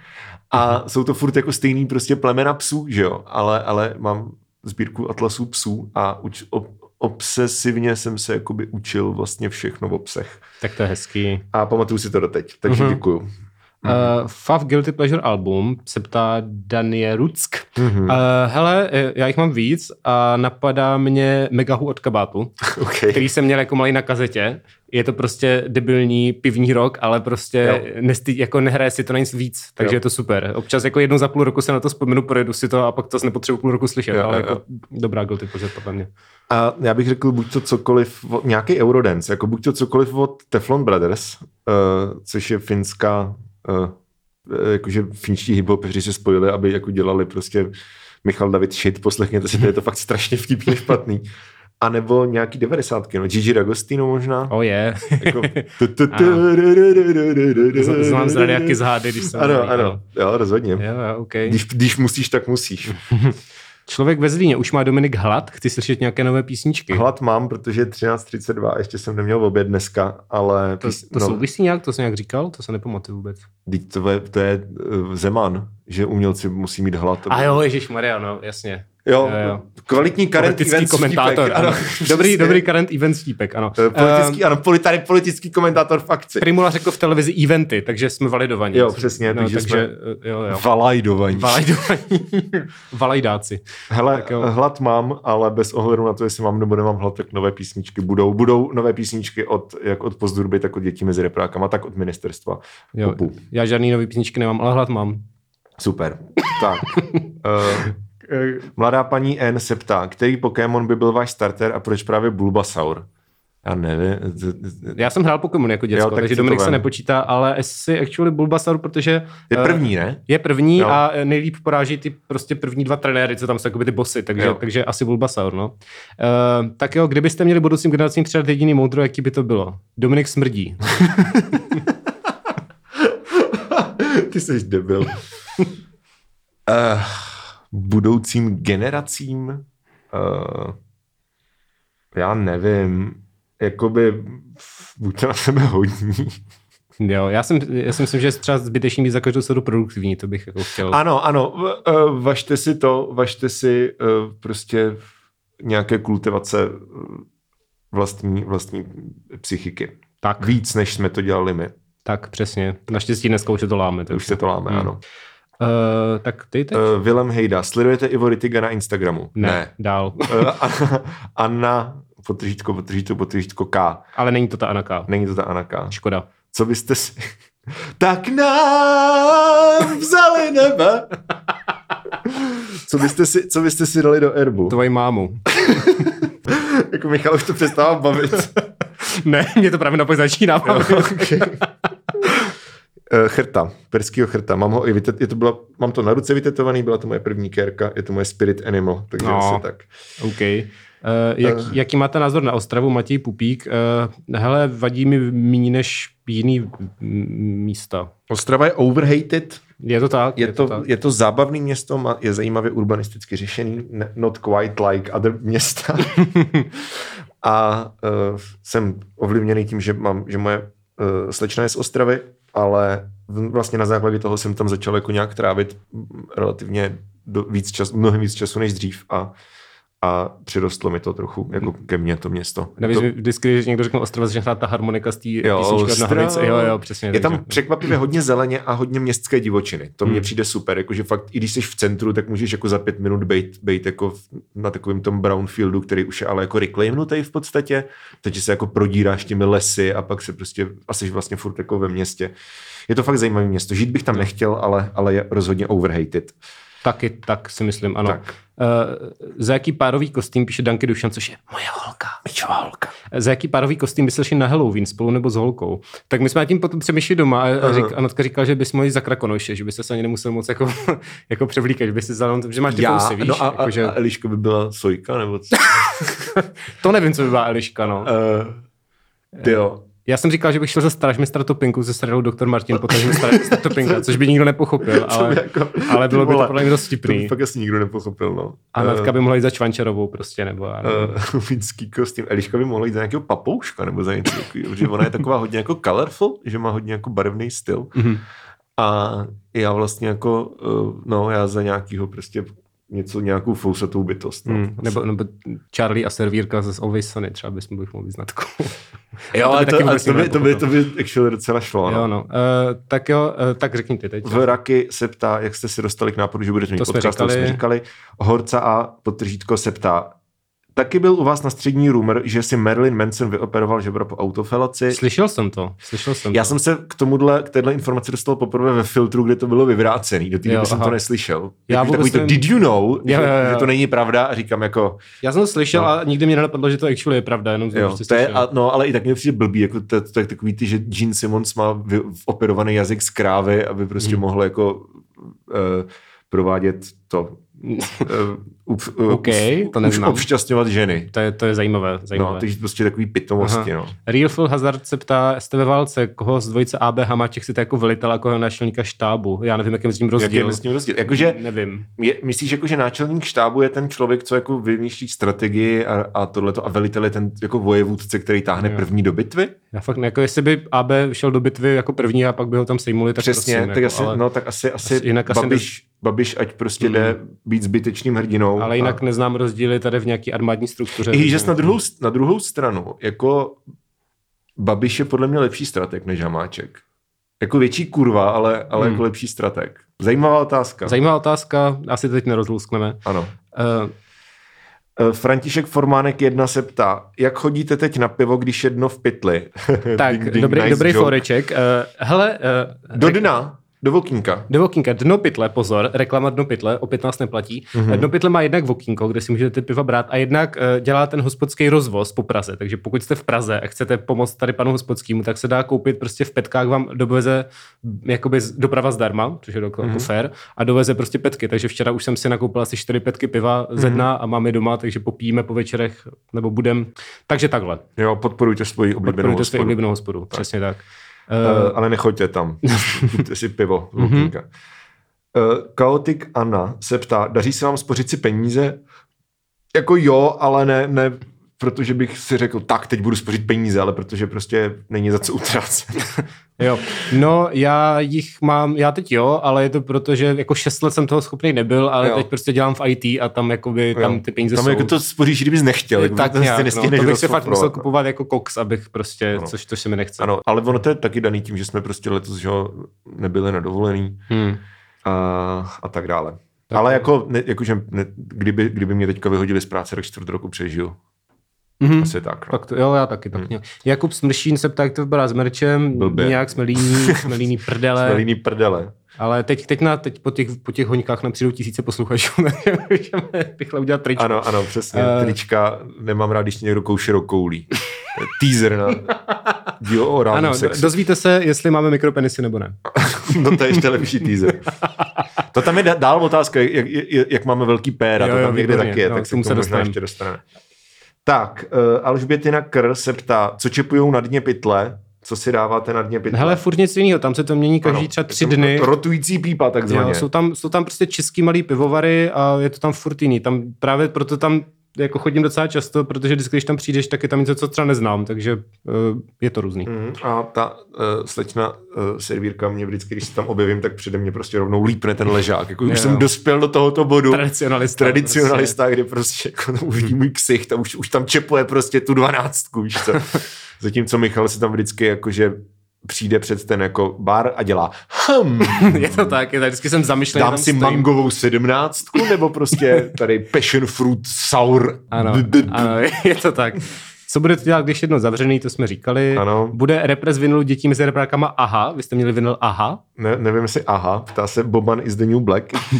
A: A jsou to furt jako stejný prostě plemena psů, že jo, ale, ale mám sbírku atlasů psů a uč, ob, obsesivně jsem se jakoby učil vlastně všechno o psech.
B: Tak to je hezký.
A: A pamatuju si to doteď, takže mm-hmm. děkuju.
B: Mm-hmm. Uh, Fav Guilty Pleasure album se ptá Danie Ruck. Mm-hmm. Uh, hele, já jich mám víc a napadá mě Megahu od Kabátu, okay. který jsem měl jako malý na kazetě. Je to prostě debilní pivní rock, ale prostě nestý, jako nehraje si to na nic víc, takže jo. je to super. Občas jako jednou za půl roku se na to vzpomenu, projedu si to a pak to nepotřebuji půl roku slyšet, jo, ale jo, jako jo. dobrá Guilty Pleasure podle mě.
A: A já bych řekl buď to cokoliv, nějaký Eurodance, jako buď to cokoliv od Teflon Brothers, uh, což je finská Uh, jakože finští hiphopeři se spojili, aby jako dělali prostě Michal David shit, poslechněte si, to je to fakt strašně vtipně špatný. A nebo nějaký devadesátky, no Gigi D'Agostino možná.
B: Oh je. Znám z radiáky z H D, když jsem...
A: Ano, ano, jo, rozhodně.
B: Jo, jo, okay.
A: Když, když musíš, tak musíš.
B: Člověk ve Zlíně, už má Dominik hlad? Chci slyšet nějaké nové písničky?
A: Hlad mám, protože je třináct třicet dva a ještě jsem neměl oběd dneska, ale...
B: To, to no, souvisí nějak? To jsi nějak říkal? To se nepamatuju vůbec.
A: To je, to je Zeman, že umělci musí mít hlad.
B: A jo, ježišmarja, no, jasně.
A: Jo, jo, jo. Kvalitní current event
B: komentátor.
A: Stípek, ano.
B: Dobrý, dobrý current event Stípek, ano.
A: Politický, ano, tady politický komentátor v akci.
B: Primula řekl v televizi eventy, takže jsme validovaní.
A: Jo, přesně,
B: no,
A: takže,
B: takže
A: jsme
B: jo, jo.
A: valajdovaní.
B: Valajdovaní. Valajdáci.
A: Hele, hlad mám, ale bez ohledu na to, jestli mám nebo nemám hlad, tak nové písničky budou. Budou nové písničky od, jak od Pozdurby, tak od Dětí mezi reprákama, tak od ministerstva.
B: Jo, já žádný nový písničky nemám, ale hlad mám.
A: Super. Tak. uh, Mladá paní N se ptá, který Pokémon by byl váš starter a proč právě Bulbasaur? Já nevím.
B: Já jsem hrál Pokémon jako děcko, jo, tak takže Dominik se nepočítá, ale asi actually Bulbasaur, protože...
A: Je první, ne?
B: Je první jo. A nejlíp poráží ty prostě první dva trenéry, co tam jsou jakoby ty bossy, takže, takže asi Bulbasaur, no. Uh, tak jo, kdybyste měli budoucím generacím třeba jediný moudro, jaký by to bylo? Dominik smrdí.
A: Ty jsi debil. uh... budoucím generacím, uh, já nevím, jakoby buďte na sebe hodní.
B: Jo, já, jsem, já si myslím, že je třeba zbytečný být za každou sodu produktivní, to bych jako chtěl.
A: Ano, ano, uh, važte si to, važte si uh, prostě nějaké kultivace vlastní, vlastní psychiky.
B: Tak.
A: Víc, než jsme to dělali my.
B: Tak, přesně. Naštěstí dneska už se to láme.
A: Už se to láme, hmm. ano.
B: Uh, tak ty teď?
A: Uh, Willem Hejda. Sledujete Ivo Rittiga na Instagramu?
B: Ne, ne. Dál.
A: Uh, Anna, potržítko, potržítko, potržítko K.
B: Ale není to ta Anna K.
A: Není to ta Anna K.
B: Škoda.
A: Co byste si... tak nám vzali nebe. co, byste si, co byste si dali do erbu?
B: Tvoji mámu.
A: Jako Michal už to přestává bavit.
B: Ne, mě to právě napoň začíná bavit.
A: Jo, okay. Chrta, perskýho chrta. Mám ho i vytet, je to byla, mám to na ruce vytetovaný, byla to moje první kérka, je to moje spirit animal, takže no, asi tak.
B: OK. Uh, jak, uh, jaký máte názor na Ostravu, Matěj Pupík? Uh, hele, vadí mi méně než jiný místa.
A: Ostrava je overhated.
B: Je to tak.
A: Je,
B: je,
A: to,
B: to, tak.
A: je to zábavný město, je zajímavě urbanisticky řešený, not quite like other města. A uh, jsem ovlivněný tím, že, mám, že moje uh, slečna je z Ostravy, ale vlastně na základě toho jsem tam začal jako nějak trávit relativně do, víc čas, mnohem víc času než dřív a, a přirostlo mi to trochu jako ke mně to město.
B: Navíc
A: to...
B: vždycky, když někdo řekne Ostrava, začne ta harmonika z té písničky od Nahanice. Jo, jo, přesně.
A: Je tam
B: takže...
A: překvapivě hodně zeleně a hodně městské divočiny. To mně hmm. přijde super, jakože fakt, i když jsi v centru, tak můžeš jako za pět minut bejt, bejt jako na takovém tom brownfieldu, který už je ale jako reclaimnutý v podstatě, takže se jako prodíráš těmi lesy a pak se prostě, a jsi vlastně furt jako ve městě. Je to fakt zajímavé město. Žít bych tam nechtěl, ale, ale je rozhodně overhated.
B: Taky, tak si myslím, ano. Tak. Uh, za jaký párový kostým, píše Danky Dušan, což je moje holka, Mičová holka. Za jaký párový kostým by se šli na Halloween spolu nebo s holkou? Tak my jsme tím potom přemýšleli doma a řík, Anotka říkala, že bys mohli za Krakonoše, že byste se ani nemusel moc jako, jako převlíkat, že byste vzal, že máš ty fousy, víš?
A: No a,
B: jako, že...
A: a Eliško by byla Sojka, nebo co?
B: To nevím, co by byla Eliška, no.
A: Uh, ty jo.
B: Já jsem říkal, že bych šel za Strážmistra Topinku se starou doktor Martin, protože Strážmistra Topinka, což by nikdo nepochopil, ale, jako, ale bylo by to podle mě dost vtipný.
A: To by fakt asi nikdo nepochopil, no.
B: A Natka by mohla jít za Čvančarovou prostě, nebo...
A: Uh, finský kostým. Eliška by mohla jít za nějakého papouška, nebo za něco takového, protože ona je taková hodně jako colorful, že má hodně jako barevný styl. Mm-hmm. A já vlastně jako, no já za nějakýho prostě něco, nějakou fousatou bytost. No.
B: Hmm, nebo, nebo Charlie a servírka ze Always Sunny, třeba bychom bych mohli znát.
A: Jo, ale to, to, to, by, to, by, to by actually docela šlo.
B: Jo, no. Uh, tak jo, uh, tak řekni ty teď.
A: V Raky se ptá, jak jste si dostali k nápadu, že budete mít
B: to
A: podcast,
B: jsme
A: to jsme říkali. Horca a podtržítko se ptá, taky byl u vás na střední rumor, že si Marilyn Manson vyoperoval žebro po autofelaci.
B: Slyšel jsem to. Slyšel jsem
A: Já
B: to.
A: jsem se k tomuhle, k téhle informaci dostal poprvé ve filtru, kde to bylo vyvrácený. Do té doby jsem to neslyšel. Já jako takový to, did you know, jo, jo, jo. že to není pravda a říkám jako...
B: Já jsem to slyšel no. a nikdy mě nenapadlo, že to actually je pravda. Jenom
A: jo, to je, a, no, ale i tak mě přijde blbý, jako to, to je takový ty, že Gene Simmons má operovaný jazyk z krávy, aby prostě hmm. mohl jako uh, provádět to... Uh, uh,
B: okay,
A: už,
B: to neznám.
A: Už obšťastňovat ženy.
B: To je, to je zajímavé. zajímavé.
A: No, takže prostě takový pitomosti. No.
B: Real Phil Hazard se ptá, jste ve válce, koho z dvojice A B Hamáček si to jako velitel, jako náčelníka štábu. Já nevím, jaký je s ním rozdíl.
A: Jaký je s ním rozdíl? Jakože,
B: nevím.
A: Je, myslíš, jako, že náčelník štábu je ten člověk, co jako vymýšlí strategii a, a tohleto a velitel je ten jako vojevůdce, který táhne jo. první do bitvy?
B: Já fakt, jako jestli by A B šel do bitvy jako první a pak by ho tam sejmuli, tak
A: přesně,
B: prosím.
A: tak,
B: jako,
A: asi,
B: ale...
A: no, tak asi, asi,
B: asi jinak
A: Babiš,
B: asi
A: Babiš, ať prostě mm. jde být zbytečným hrdinou.
B: Ale jinak a... neznám rozdíly tady v nějaký armádní struktuře.
A: I že na druhou, na druhou stranu, jako Babiš je podle mě lepší strateg než Hamáček. Jako větší kurva, ale, ale hmm. jako lepší strateg. Zajímavá otázka.
B: Zajímavá otázka, asi teď nerozlouskneme.
A: Ano. Uh, František Formánek jedna se ptá, jak chodíte teď na pivo, když jedno v pytli?
B: Tak, ding, ding, dobrý, nice dobrý foreček. Uh, hele... Uh,
A: Do dna. Do vokínka.
B: Do vokínka. Dno pytle, pozor, reklama dno pytle, opět nás neplatí. Mm-hmm. Dno pytle má jednak vokínko, kde si můžete piva brát a jednak uh, dělá ten hospodský rozvoz po Praze. Takže pokud jste v Praze a chcete pomoct tady panu hospodskému, tak se dá koupit prostě v petkách, vám doveze jakoby doprava zdarma, což je jako mm-hmm. fair, a doveze prostě petky. Takže včera už jsem si nakoupil asi čtyři petky piva mm-hmm. ze dna a máme doma, takže popijeme po večerech, nebo budem. Takže takhle.
A: Jo, podporujte svoji oblíbenou
B: podporujte
A: hospodu.
B: oblíbenou hospodu, tak. Přesně tak.
A: Uh, ale nechoďte tam. Kupte si pivo. Mm-hmm. Uh, Chaotic Anna se ptá, daří se vám spořit si peníze? Jako jo, ale ne, ne protože bych si řekl, tak teď budu spořit peníze, ale protože prostě není za co utrácet.
B: Jo, no já jich mám, já teď jo, ale je to proto, že jako šest let jsem toho schopný nebyl, ale jo. teď prostě dělám v í té a tam jakoby, tam ty peníze
A: tam
B: jsou.
A: Tam jako to spoříš, kdybys nechtěl. Jako
B: tak
A: to
B: nějak,
A: no,
B: to bych si fakt musel kupovat jako koks, abych prostě, ano. což to se mi nechce.
A: Ano, ale ono to je taky daný tím, že jsme prostě letos že nebyli na dovolený hmm. a, a tak dále. Tak ale jako, ne, jakože ne, kdyby, kdyby mě teďka vyhodili z práce, tak čtvrt roku přežiju. Mm-hmm. Asi tak. No.
B: tak to, jo, já taky tak. Hmm. Jakub Smršín se ptá, jak to vypadá s merčem. Blbě. Nějak jsme líní, jsme líní prdele.
A: Jsme líní prdele.
B: Ale teď, teď, na, teď po, těch, po těch hoňkách nám přijdou tisíce posluchačů, takže můžeme rychle udělat tričko.
A: Ano, ano, přesně. Uh... Trička nemám rád, když někdo kouše rokoulí. Teaser na díl o orálním
B: ano,
A: sexu.
B: Dozvíte se, jestli máme mikropenisy nebo ne.
A: No to je ještě lepší teaser. To tam je dál otázka, jak, jak, jak máme velký péra, jo, to tam jo, někde taky je, no, tak se to možná ještě dostaneme. Tak, uh, Alžbětina Kr se ptá, co čepujou na dně pytle, co si dáváte na dně pytle?
B: Hele, furt nic jiného, tam se to mění každý ano, třeba tři dny.
A: Rotující pípa takzvaně.
B: Jo, jsou, tam, jsou tam prostě český malý pivovary a je to tam furt jiný. Tam právě proto tam jako chodím docela často, protože vždycky, když tam přijdeš, tak je tam něco, co třeba neznám, takže uh, je to různý.
A: Mm, a ta uh, slečna uh, servírka mě vždycky, když se tam objevím, tak přede mě prostě rovnou lípne ten ležák. Jako, už jsem dospěl do tohoto bodu.
B: Tradicionalista.
A: Tradicionalista, prostě. Kdy prostě jako, už vidí můj ksicht a už, už tam čepuje prostě tu dvanáctku, víš co. Zatímco Michal se tam vždycky jakože přijde před ten jako bar a dělá hm.
B: Je to tak, je tak, vždycky jsem zamýšlený.
A: Dám si stojím. Mangovou sedmnáctku, nebo prostě tady passion fruit sour.
B: Ano, ano, je to tak. Co budete dělat, když jedno zavřený, to jsme říkali.
A: Ano. Bude
B: repres vinylu dětí mezi reprákama Aha, vy jste měli vinyl Aha.
A: Ne, nevím, jestli Aha, ptá se Boban is the new black. uh,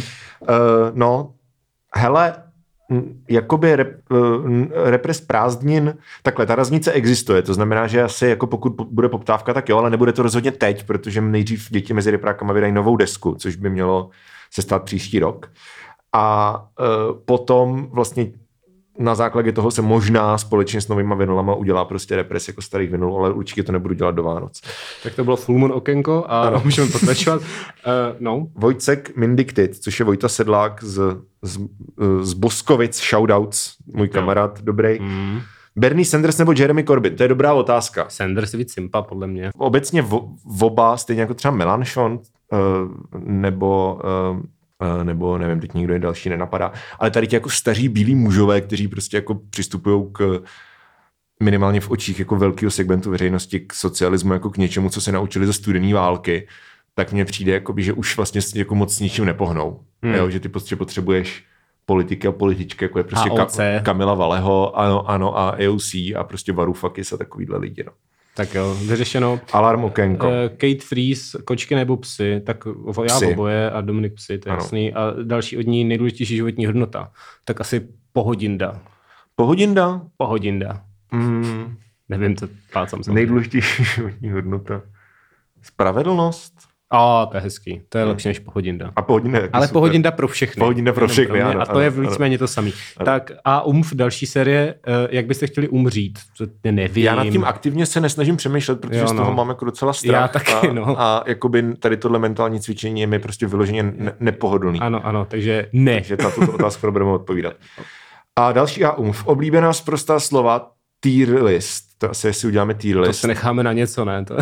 A: no, hele, jakoby rep, repres prázdnin, takhle, ta raznice existuje, to znamená, že asi jako pokud bude poptávka, tak jo, ale nebude to rozhodně teď, protože nejdřív děti mezi reprákama vydají novou desku, což by mělo se stát příští rok. A uh, potom vlastně na základě toho se možná společně s novýma vinylama udělá prostě repres jako starých vinylů, ale určitě to nebudu dělat do Vánoc.
B: Tak to bylo Full Moon okénko a ano. Můžeme pokračovat. Uh, no.
A: Vojcek Mindicted, což je Vojta Sedlák z, z, z Boskovic, shoutouts, můj kamarád, dobrý. Mm. Bernie Sanders nebo Jeremy Corbyn? To je dobrá otázka.
B: Sanders je víc simpa, podle mě.
A: Obecně v, v oba, stejně jako třeba Mélenchon, nebo, nebo nevím, teď nikdo je další nenapadá, ale tady ti jako staří bílí mužové, kteří prostě jako přistupují k minimálně v očích jako velkého segmentu veřejnosti k socialismu, jako k něčemu, co se naučili ze studené války, tak mně přijde, jakoby, že už vlastně jako moc s ničím nepohnou. Hmm. Jo, že ty prostě potřebuješ politiky a političky, jako je prostě Ka- Kamila Valeho, ano, ano, a A O C a prostě Varoufakis a takovýhle lidi. No.
B: Tak jo, vyřešeno.
A: Alarm okénko. Uh,
B: Kate Freeze, kočky nebo psy, tak já oboje a Dominik psy, to je ano. jasný. A další od ní nejdůležitější životní hodnota, tak asi pohodinda.
A: Pohodinda?
B: Pohodinda. Mm. Nevím, co plácám se.
A: Nejdůležitější životní hodnota. Spravedlnost?
B: A to je hezký. To je hmm. lepší než pohodinda.
A: A pohodinda
B: Ale
A: super.
B: Pohodinda pro všechny.
A: Pohodinda pro všechny,
B: pro
A: ano.
B: A to
A: ano,
B: je víceméně to samý. Ano. Tak a umf, další série, jak byste chtěli umřít? To nevím.
A: Já nad tím aktivně se nesnažím přemýšlet, protože jo, no. z toho mám jako docela strach.
B: Já taky,
A: a,
B: no.
A: A jakoby tady tohle mentální cvičení je mi prostě vyloženě ne- nepohodlný.
B: Ano, ano, takže ne.
A: Takže na tuto otázku budeme odpovídat. A další a umf. Oblíbená sprostá slova tier list. To asi si uděláme tier list.
B: To se necháme na něco, ne? To...
A: uh,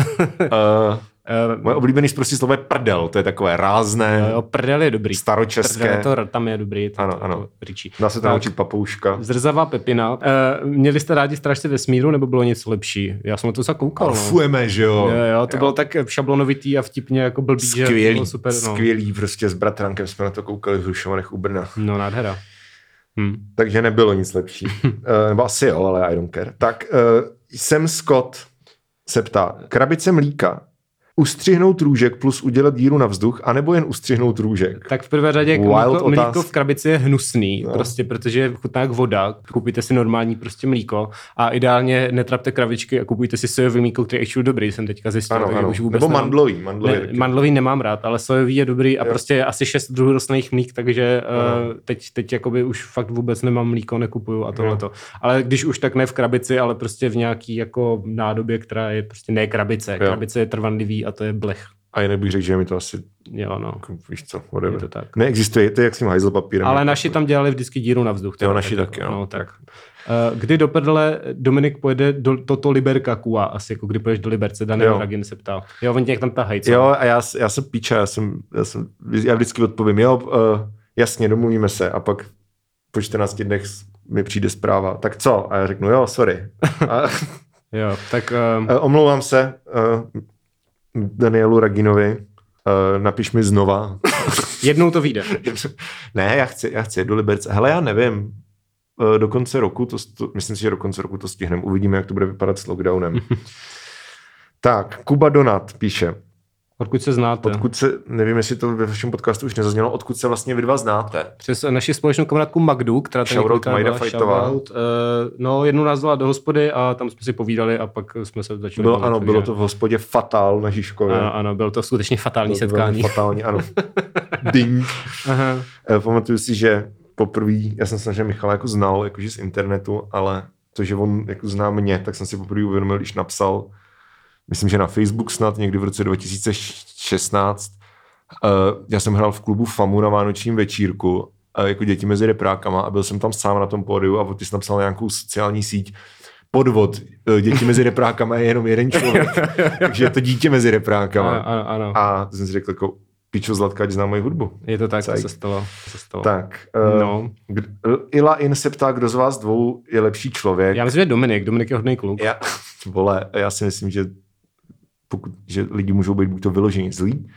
A: Uh, Moje oblíbený sprostý slovo je prdel, to je takové rázné,
B: jo, jo, prdel je dobrý.
A: Staročeské.
B: Prdel, to tam je dobrý. To,
A: ano,
B: to,
A: ano.
B: To říčí.
A: Dá se to naučit papouška.
B: Zrzavá Pepina. Uh, měli jste rádi Strážce vesmíru, nebo bylo něco lepší? Já jsem to zakoukal.
A: Fujeme, no. že jo.
B: jo, jo to jo. Bylo tak šablonovitý a vtipně jako blbý,
A: skvělý,
B: že bylo super. No.
A: Skvělý, prostě s bratrankem jsme na to koukali v Hrušovanech u Brna.
B: No, nádhera. Hm.
A: Takže nebylo nic lepší. uh, nebo asi jo, ale I don't care. Tak uh, jsem Scott se ptá, krabice mlíka, ustřihnout růžek plus udělat díru na vzduch, anebo jen ustřihnout růžek?
B: Tak v prvé řadě mlíko, mlíko v krabici je hnusný, no. prostě, protože chutná jak voda. Kupujte si normální prostě mlíko a ideálně netrapte kravičky a kupujte si sojový mlíko, který je ještě dobrý, jsem teďka zjistil.
A: Ano, ano.
B: Už vůbec
A: nebo
B: nemám,
A: mandlový. Mandlový,
B: ne, mandlový nemám rád, ale sojový je dobrý a jo. prostě je asi šest druhů rostlinných mlík, takže uh, teď, teď jakoby už fakt vůbec nemám mlíko, nekupuju a tohleto. Ale když už tak ne v krabici, ale prostě v nějaký jako nádobě, která je prostě ne krabice. Jo. Krabice je trvanlivý a to je blech.
A: A jinak bych řekl, že mi to asi...
B: Jo, no.
A: Víš co, whatever.
B: Je to tak.
A: Neexistuje, to je jak s tím hajzl papírem.
B: Ale naši tam dělali vždycky díru na vzduch.
A: Jo, naši taky,
B: no. no tak. Uh, kdy do prdele Dominik pojede do toto Liberka Kua, asi jako kdy půjdeš do Liberce, Daniel Ragin se ptal. Jo, oni tě tam tahají, co?
A: Jo, a já, já jsem píča, já jsem, já jsem, já vždycky odpovím, jo, uh, jasně, domluvíme se a pak po čtrnácti dnech mi přijde zpráva, tak co? A já řeknu, jo, sorry. A,
B: jo, tak... Uh...
A: Uh, omlouvám se uh, Danielu Raginovi, uh, napiš mi znova.
B: Jednou to vyjde.
A: Ne, já chci, já chci do Liberce. Hele, já nevím, uh, do konce roku, to, to, myslím si, že do konce roku to stihneme. Uvidíme, jak to bude vypadat s lockdownem. Tak, Kuba Donat píše.
B: Odkud se znáte?
A: Odkud se, nevím, jestli to ve vašem podcastu už nezaznělo, odkud se vlastně vy dva znáte.
B: Přes naši společnou kamarádku Magdu, která tam
A: několikrát Majda Fajtová.
B: Uh, no, jednou nás dala do hospody a tam jsme si povídali a pak jsme se začali...
A: Bylo, ano, bylo to v hospodě Fatal na Žižkově.
B: Ano, ano, bylo to skutečně fatální
A: to
B: setkání.
A: Fatální, ano. Ding. Aha. Uh, pamatuju si, že poprvé, já jsem se, že Michala jako znal, jakože z internetu, ale to, že on jako zná mě, tak jsem si poprvé uvědomil, když napsal, myslím, že na Facebook snad někdy v roce dva tisíce šestnáct. Uh, já jsem hrál v klubu FAMU na vánočním večírku uh, jako děti mezi reprákama a byl jsem tam sám na tom pódiu a ty jsi napsal nějakou sociální síť podvod. Uh, děti mezi reprákama je jenom jeden člověk. Takže je to dítě mezi reprákama.
B: Ano, ano.
A: A to jsem si řekl jako pičo Zlatka, ať zná moji hudbu.
B: Je to tak, to se stalo. Se stalo.
A: Tak. Uh, no. Ila In se ptá, kdo z vás dvou je lepší člověk.
B: Já myslím, že Dominik. Dominik je hodný kluk.
A: Já, vole, já si myslím, že pokud, že lidi můžou být buď to vyloženě zlí,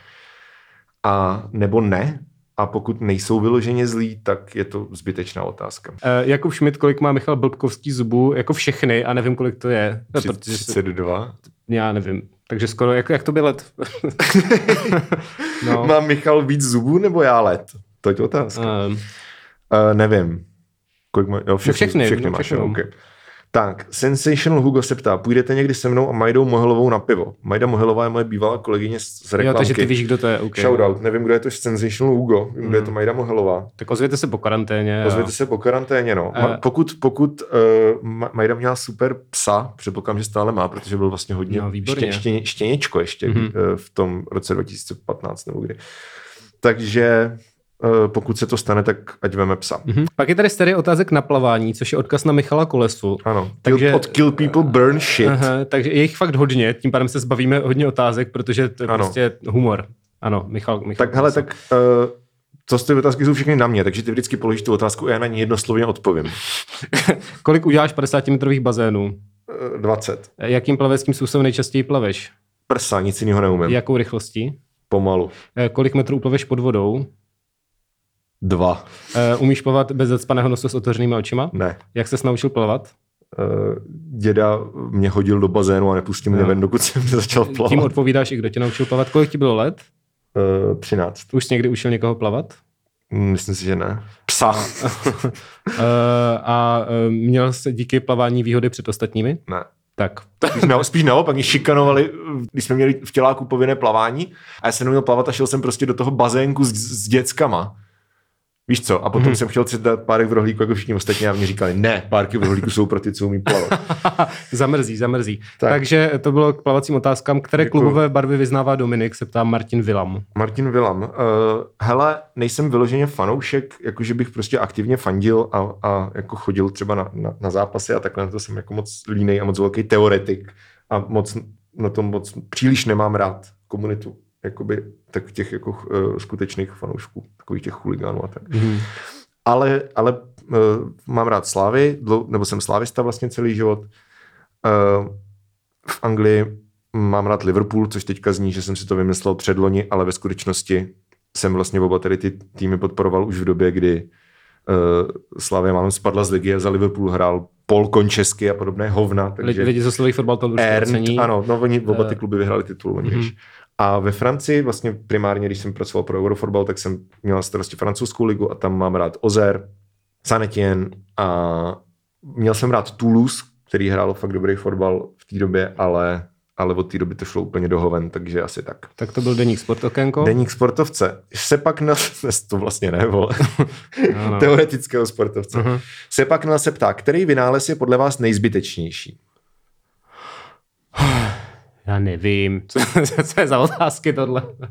A: a nebo ne. A pokud nejsou vyloženě zlí, tak je to zbytečná otázka.
B: Uh, Jakub Schmidt, kolik má Michal Blbkovský zubů? Jako všechny a nevím, kolik to je.
A: třicet dva.
B: Já nevím. Takže skoro, jak, jak to by let?
A: No. Má Michal víc zubů nebo já let? To je otázka. Uh. Uh, nevím. Kolik má? Jo, všechny,
B: všechny,
A: všechny
B: no,
A: máš.
B: všechny.
A: Okay. Tak, Sensational Hugo se ptá, půjdete někdy se mnou a Majdou Mohelovou na pivo? Majda Mohelová je moje bývalá kolegyně z reklamky.
B: Jo, takže ty víš, kdo to je. Okay.
A: Shoutout, nevím, kdo je to Sensational Hugo, vím, mm. kdo je to Majda Mohelová.
B: Tak ozvěte se po karanténě.
A: Ozvěte jo. se po karanténě, no. Uh. pokud pokud uh, Majda měla super psa, předpokládám, že stále má, protože byl vlastně hodně
B: no,
A: ště, štěně, štěněčko ještě mm-hmm. uh, v tom roce dva tisíce patnáct nebo kdy. Takže... pokud se to stane, tak ať veme psa.
B: Mm-hmm. Pak je tady série otázek na plavání, což je odkaz na Michala Kolesu.
A: Ano. Takže, od Kill People Burn Shit.
B: Aha, takže je jich fakt hodně, tím pádem se zbavíme hodně otázek, protože to je ano. prostě humor. Ano, Michal. Michal
A: tak hele, tak uh, to z ty otázky jsou všechny na mě, takže ty vždycky položíš tu otázku a já na ní jednoslovně odpovím.
B: Kolik uděláš padesátimetrových bazénů?
A: Uh, dvacet.
B: Jakým plaveckým způsobem nejčastěji plaveš?
A: Prsa, nic jiného neumím.
B: Jakou rychlostí?
A: Pomalu.
B: Kolik metrů uplaveš pod vodou?
A: Dva.
B: Uh, umíš plavat bez zacpaného nosu s otevřenýma očima?
A: Ne.
B: Jak ses naučil plavat?
A: Uh, děda mě hodil do bazénu a nepustil mě ven, dokud jsem začal plavat.
B: Tím odpovídáš i kdo tě naučil plavat. Kolik ti bylo let?
A: Uh, třináct.
B: Už jsi někdy učil někoho plavat?
A: Myslím si, že ne. Psa.
B: uh, a uh, měl jsi díky plavání výhody před ostatními?
A: Ne.
B: Tak.
A: Spíš, na, spíš naopak, mě šikanovali, když jsme měli v těláku povinné plavání a já jsem neuměl plavat a šel jsem prostě do toho bazénku s, s dětskama. Víš co? A potom hmm. jsem chtěl si dát párek v rohlíku jako všichni ostatní a mě říkali, ne, párky v rohlíku jsou pro ty, co umí plavat.
B: zamrzí, zamrzí. Tak. Takže to bylo k plavacím otázkám. Které Děkuju. klubové barvy vyznává Dominik, se ptá Martin Vilam.
A: Martin Vilam. Uh, hele, nejsem vyloženě fanoušek, jakože bych prostě aktivně fandil a, a jako chodil třeba na, na, na zápasy a takhle, na to jsem jako moc línej a moc velký teoretik a moc na tom moc příliš nemám rád komunitu. Jakoby tak těch jako uh, skutečných fanoušků, takových těch chuligánů a tak. Mm. Ale, ale uh, mám rád Slávy, dlou, nebo jsem slávista vlastně celý život. Uh, v Anglii mám rád Liverpool, což teďka zní, že jsem si to vymyslel předloni, ale ve skutečnosti jsem vlastně oba tady ty týmy podporoval už v době, kdy uh, Slavia málem spadla z ligy a za Liverpool hrál Paul Končesky a podobné hovna. Takže
B: lidi za slový fotbal to určitě ocení.
A: Ano, no oni oba ty kluby vyhráli titul, oni mm. A ve Francii vlastně primárně, když jsem pracoval pro Eurofotbal, tak jsem měl na starosti francouzskou ligu a tam mám rád Auxerre, Saint-Étienne a měl jsem rád Toulouse, který hrál fakt dobrý fotbal v té době, ale, ale od té doby to šlo úplně do hoven, takže asi tak.
B: Tak to byl deník Sportokénko?
A: Deník sportovce. Sepak na... to vlastně ne, vole. No, no. Teoretického sportovce. Uh-huh. Sepak na se ptá, který vynález je podle vás nejzbytečnější?
B: Já nevím, co, co je za otázky tohle. uh,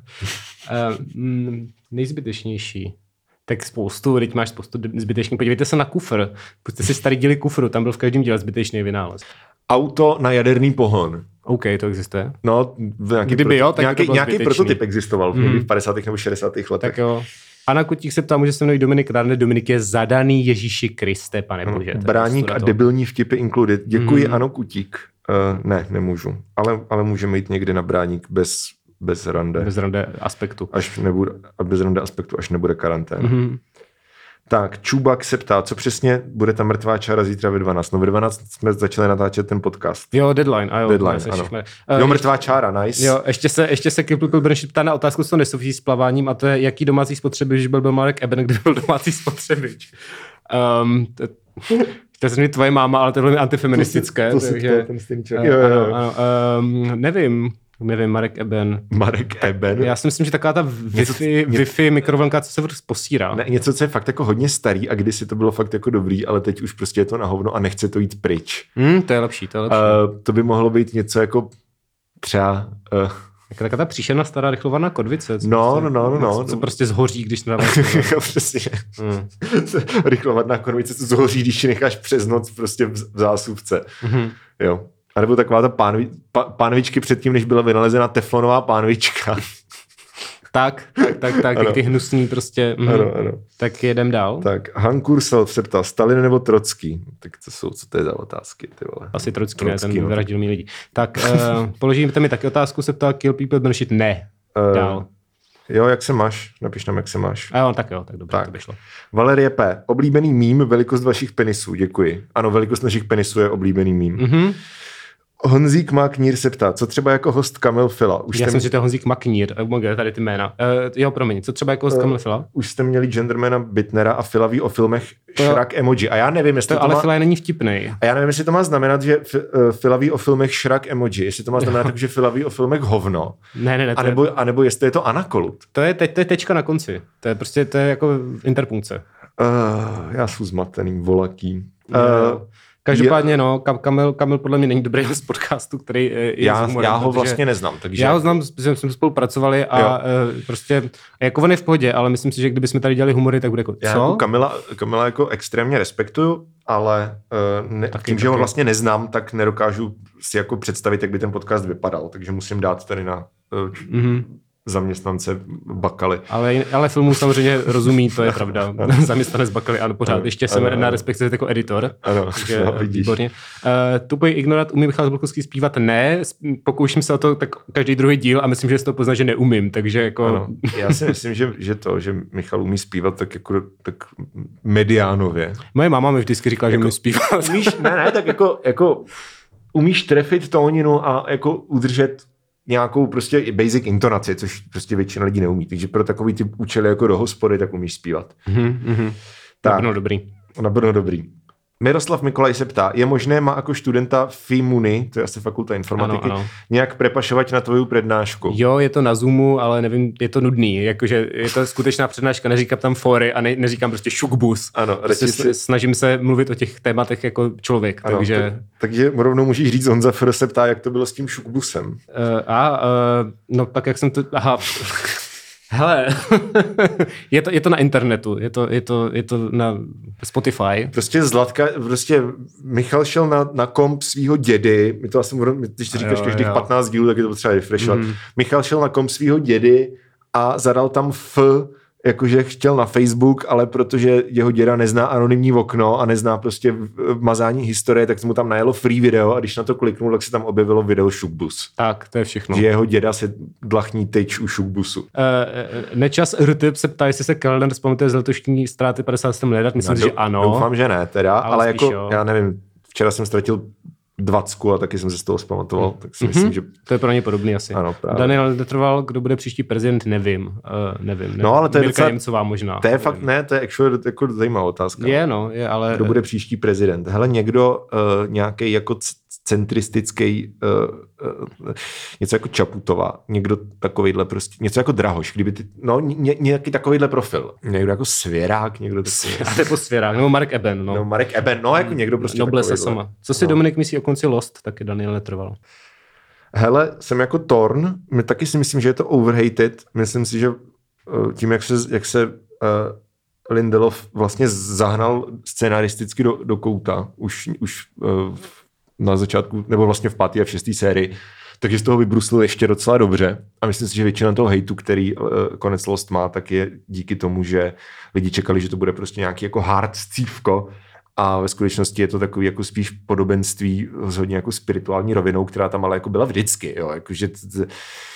B: mm, nejzbytečnější. Tak spoustu, teď máš spoustu zbytečných. Podívejte se na kufr. Pusťte si starý díly kufru, tam byl v každém díle zbytečný vynález.
A: Auto na jaderný pohon.
B: OK, to existuje.
A: No, nějaký,
B: Kdyby
A: proto,
B: jo, tak
A: nějaký,
B: to
A: nějaký prototyp existoval
B: mm.
A: v padesátých nebo šedesátých letech.
B: Tak jo. Anna Kutík se ptá, může se mnou Dominik Rádne. Dominik je zadaný Ježíši Kriste, pane bože.
A: Bráník a debilní vtipy included. Děkuji, mm. Ano Kutík. Uh, ne, nemůžu. Ale, ale můžeme jít někdy na Bráník bez, bez rande.
B: Bez rande aspektu.
A: Až nebude, a bez rande aspektu, až nebude karanténa. Mm. Tak, Čubak se ptá, co přesně bude ta mrtvá čára zítra ve dvanáct. No ve dvanáct jsme začali natáčet ten podcast.
B: Jo, deadline. A jo,
A: deadline, ano. Jo, mrtvá čára, nice.
B: Jo, ještě se, ještě se Kipl Brnši ptá na otázku, co nesouvisí s plaváním, a to je, jaký domácí spotřebič byl, byl Marek Eben, kdy byl domácí spotřebič. Um, to, to je tvoje máma, ale to je velmi antifeministické.
A: To, to,
B: takže,
A: to, ten stejný člověk. Jo, jo, jo.
B: Ano, ano, um, nevím. Nevím, Marek Eben.
A: Marek Eben?
B: Já si myslím, že taková ta Wi-Fi, něco, Wi-Fi mikrovlnka, co se posírá.
A: Ne, něco, co je fakt jako hodně starý a kdysi to bylo fakt jako dobrý, ale teď už prostě je to na hovno a nechce to jít pryč.
B: Hmm, to je lepší, to je lepší.
A: Uh, to by mohlo být něco jako třeba... Uh,
B: Taková ta příšerná stará rychlovaná kodvice. Co
A: no,
B: prostě,
A: no, no, no,
B: co,
A: no.
B: co prostě zhoří, když to dáváš.
A: Přesně. Hmm. Rychlovatná konvice, co zhoří, když ji necháš přes noc prostě v, v zásuvce. Mm-hmm. Jo. A nebo taková ta pánvi, pa, pánvičky předtím, než byla vynalezena teflonová pánvička.
B: Tak, tak, tak, tak, jak ty hnusný prostě. Mm.
A: Ano, ano.
B: Tak jedem dál.
A: Tak, Hankursel se ptal, Stalin nebo Trocký? Tak to jsou, co to je za otázky, ty vole.
B: Asi Trocký, ne, ten vyradil mi lidi. Tak, uh, položíme mi taky otázku, se ptal Kill People Benešit, ne. Uh, dál.
A: Jo, jak se máš? Napiš nám, jak se máš.
B: A jo, tak jo, tak dobře, tak. To by šlo.
A: Valerie P. Oblíbený mím, velikost vašich penisů, děkuji. Ano, velikost našich penisů je oblíbený mím.
B: Mhm.
A: Honzík Maknír se ptá, co třeba jako host Kamil Fila?
B: Už Já jsem, že to je Honzík Maknír, tady ty jména. Uh, jo, promiň, co třeba jako host uh, Kamil Fila?
A: Už jste měli gendermana Bittnera a Fila ví o filmech to, Shrek emoji. A já nevím, jestli
B: to,
A: to
B: ale
A: má...
B: Fila není vtipnej.
A: A já nevím, jestli to má znamenat, že uh, Fila ví o filmech Shrek emoji. Jestli to má znamenat tak, že Fila ví o filmech hovno.
B: Ne, ne, ne.
A: A nebo, je... a nebo jestli je to Anakolut.
B: To je, te, to je tečka na konci. To je prostě to je jako interpunkce.
A: Uh, já jsem zmatený, volaký. Uh,
B: Každopádně, no, Kamil, Kamil podle mě není dobrý z podcastu, který je
A: já,
B: s humorem,
A: já ho vlastně neznám, takže...
B: Já ho znám, jsme spolupracovali a jo. prostě, jako on je v pohodě, ale myslím si, že kdybychom tady dělali humory, tak bude jako, co?
A: Já jako Kamila, Kamila jako extrémně respektuju, ale uh, ne, taky, tím, taky. že ho vlastně neznám, tak nedokážu si jako představit, jak by ten podcast vypadal, takže musím dát tady na uh, mm-hmm. zaměstnance Bakaly.
B: Ale, ale filmu samozřejmě rozumí, to je pravda. Zaměstnanec Bakaly, ano, pořád. Ještě jsem ano, na ano. respektive jako editor.
A: Ano,
B: takže,
A: no, vidíš.
B: Výborně. Uh, tupý ignorant, umí Michal Zbolkovský zpívat? Ne, pokouším se o to tak každý druhý díl a myslím, že z toho poznat, že neumím, takže jako...
A: Ano. Já si myslím, že, že to, že Michal umí zpívat tak jako tak mediánově.
B: Moje máma mi vždycky říkala, jako, že umí zpívat.
A: Umíš, ne, ne, tak jako, jako umíš trefit tóninu a jako udržet nějakou prostě basic intonaci, což prostě většina lidí neumí. Takže pro takový typ účely jako do hospody, tak umíš zpívat.
B: Mm-hmm. Tak. Na Brno dobrý.
A: Na Brno dobrý. Miroslav Mikolaj se ptá, je možné má jako studenta FIMUNI, to je asi fakulta informatiky, ano, ano. nějak prepašovat na tvoju přednášku?
B: Jo, je to na Zoomu, ale nevím, je to nudný, jakože je to skutečná přednáška, neříkám tam fóry a ne, neříkám prostě šukbus.
A: Ano,
B: prostě si... snažím se mluvit o těch tématech jako člověk, ano, takže...
A: To, takže rovnou můžeš říct, Honza Fr se ptá, jak to bylo s tím šukbusem. Uh,
B: a, uh, no tak jak jsem to, aha... Hele, je, to, je to na internetu, je to, je to, je to na Spotify.
A: Prostě Zlatka, prostě Michal šel na, na komp svýho dědy, my to asi, když ty říkáš jo, každých jo. patnáct dílů, tak je to potřeba refreshovat. Mm. Michal šel na komp svýho dědy a zadal tam F, jakože chtěl na Facebook, ale protože jeho děda nezná anonymní okno a nezná prostě mazání historie, tak mu tam najelo free video a když na to kliknul, tak se tam objevilo video Šukbus.
B: Tak, to je všechno.
A: Že jeho děda se dlachní tyč u Šukbusu. Uh,
B: Nečas Rtyp se ptá, jestli se Kellner vzpamatuje z letošní ztráty padesát sedm miliard. Myslím, no, že ano.
A: Doufám, že ne teda, ale, ale jako,
B: jo.
A: já nevím, včera jsem ztratil dvacku a taky jsem se z toho vzpamatoval, tak si mm-hmm. myslím, že...
B: To je pro ně podobný asi.
A: Ano,
B: Daniel Detrval, kdo bude příští prezident, nevím. Uh, nevím. nevím.
A: No, ale to je
B: Mirka
A: docela...
B: Němcová možná.
A: To je fakt, ne, to je actually jako zajímavá otázka.
B: Je, no, je, ale...
A: Kdo bude příští prezident? Hele, někdo uh, nějaký jako centristický, uh, uh, něco jako Čaputová, někdo takovejhle prostě, něco jako Drahoš, kdyby ty, no ně, nějaký takovejhle profil. Někdo jako Svěrák, někdo takový.
B: Nebo Svěrák, nebo Marek Eben, no.
A: No Marek Eben, no jako někdo prostě
B: Noblesse sama. Co si no. Dominik myslí o konci Lost, taky Daniel netrval.
A: Hele, jsem jako Thorn, my taky si myslím, že je to overhated, myslím si, že uh, tím, jak se, jak se uh, Lindelof vlastně zahnal scenaristicky do, do kouta, už, už uh, na začátku, nebo vlastně v páté a v šesté sérii, takže z toho vybruslil ještě docela dobře. A myslím si, že většina toho hejtu, který uh, konec Lost má, tak je díky tomu, že lidi čekali, že to bude prostě nějaký jako hard scívko a ve skutečnosti je to takový jako spíš podobenství s hodně jako spirituální rovinou, která tam ale jako byla vždycky. Jo? Jako, že t- t-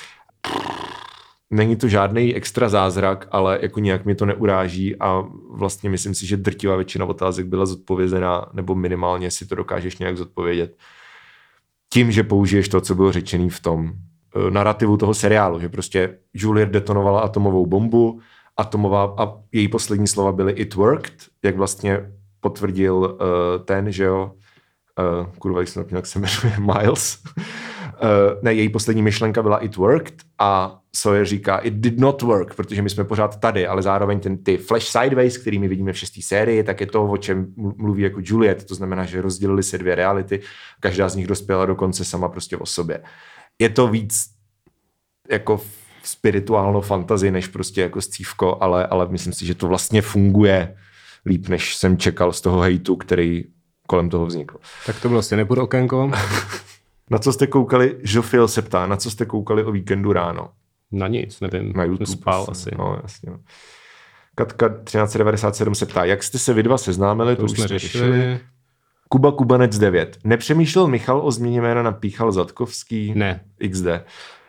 A: není to žádný extra zázrak, ale jako nějak mě to neuráží a vlastně myslím si, že drtivá většina otázek byla zodpovězená, nebo minimálně si to dokážeš nějak zodpovědět tím, že použiješ to, co bylo řečený v tom uh, narrativu toho seriálu, že prostě Juliet detonovala atomovou bombu, atomová a její poslední slova byly it worked, jak vlastně potvrdil uh, ten, že jo, uh, kurva, jak jsem jak se jmenuje, Miles. uh, ne, její poslední myšlenka byla it worked a Sawyer říká it did not work, protože my jsme pořád tady, ale zároveň ten, ty flash sideways, který my vidíme v šesté sérii, tak je to, o čem mluví jako Juliet, to znamená, že rozdělili se dvě reality, každá z nich dospěla dokonce sama prostě o sobě. Je to víc jako spirituálno fantasy, než prostě jako scívko, ale, ale myslím si, že to vlastně funguje líp, než jsem čekal z toho hejtu, který kolem toho vznikl.
B: Tak to bylo Sinepur okénko.
A: Na co jste koukali, Žofil se ptá, na co jste koukali o víkendu ráno?
B: Na nic, nevím.
A: Na YouTube.
B: Spal asi.
A: No, jasně. No. Katka třináct devadesát sedm se ptá, jak jste se vy dva seznámili, to, to už jsme řešili. řešili. Kuba Kubanec devět. Nepřemýšlel Michal o změně jména na Píchal Zatkovský?
B: Ne.
A: iks dé.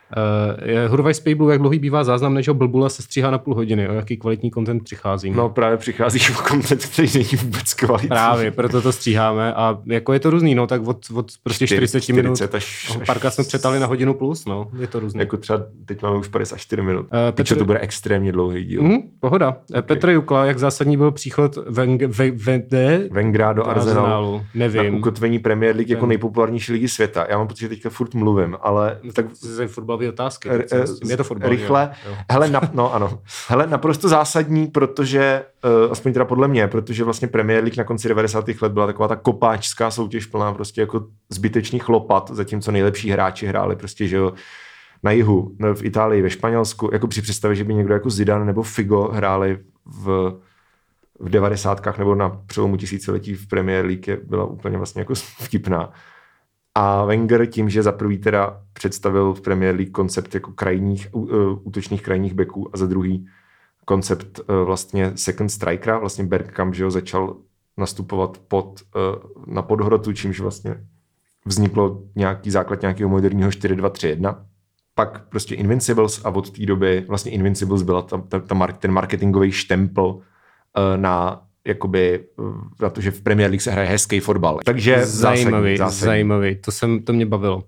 B: Uh, Hurvaj z Pejblu, jak dlouhý bývá záznam, než ho blbula se stříhá na půl hodiny, o jaký kvalitní content přichází.
A: No právě přicházíš o content, který není vůbec kvalitní.
B: Právě, proto to stříháme a jako je to různý, no tak od, od prostě čtyřicet minut,
A: až,
B: párkrát jsme přetali na hodinu plus, no, je to různý.
A: Jako třeba teď máme už padesát čtyři minut, uh,
B: Petr...
A: to bude extrémně dlouhý díl.
B: Mm, pohoda. Okay. Petr Jukla, jak zásadní byl příchod Veng... Ve... Ve... Ve...
A: Vengra do, do Arsenalu,
B: Arsenalu, nevím.
A: Na ukotvení Premier League jako nejpopulárnější ligy světa. Já mám pocit, že teďka furt mluvím, ale...
B: No, tak to fotbalové otázky.
A: R-
B: je to fotbal,
A: rychle.
B: Jo.
A: Hele, na, no ano. Hele, naprosto zásadní, protože, uh, aspoň teda podle mě, protože vlastně Premier League na konci devadesátých let byla taková ta kopáčská soutěž plná prostě jako zbytečných lopat, zatímco nejlepší hráči hráli prostě, že jo, na jihu, v Itálii, ve Španělsku, jako při představě, že by někdo jako Zidane nebo Figo hráli v v devadesátkách nebo na přelomu tisíciletí v Premier League byla úplně vlastně jako vtipná. A Wenger tím, že za prvý teda představil v Premier League koncept jako krajních, uh, útočných krajních backů a za druhý koncept uh, vlastně second strikera, vlastně Bergkamp, že ho začal nastupovat pod, uh, na podhrotu, čímž vlastně vzniklo nějaký základ nějakého moderního čtyři dva tři jedna. Pak prostě Invincibles a od té doby vlastně Invincibles byla ta, ta, ta, ten marketingový štempel uh, na jakoby na to, že v Premier League se hraje hezký fotbal. Takže
B: zajímavý, zásadní, zásadní. zajímavý. To, jsem, to mě bavilo.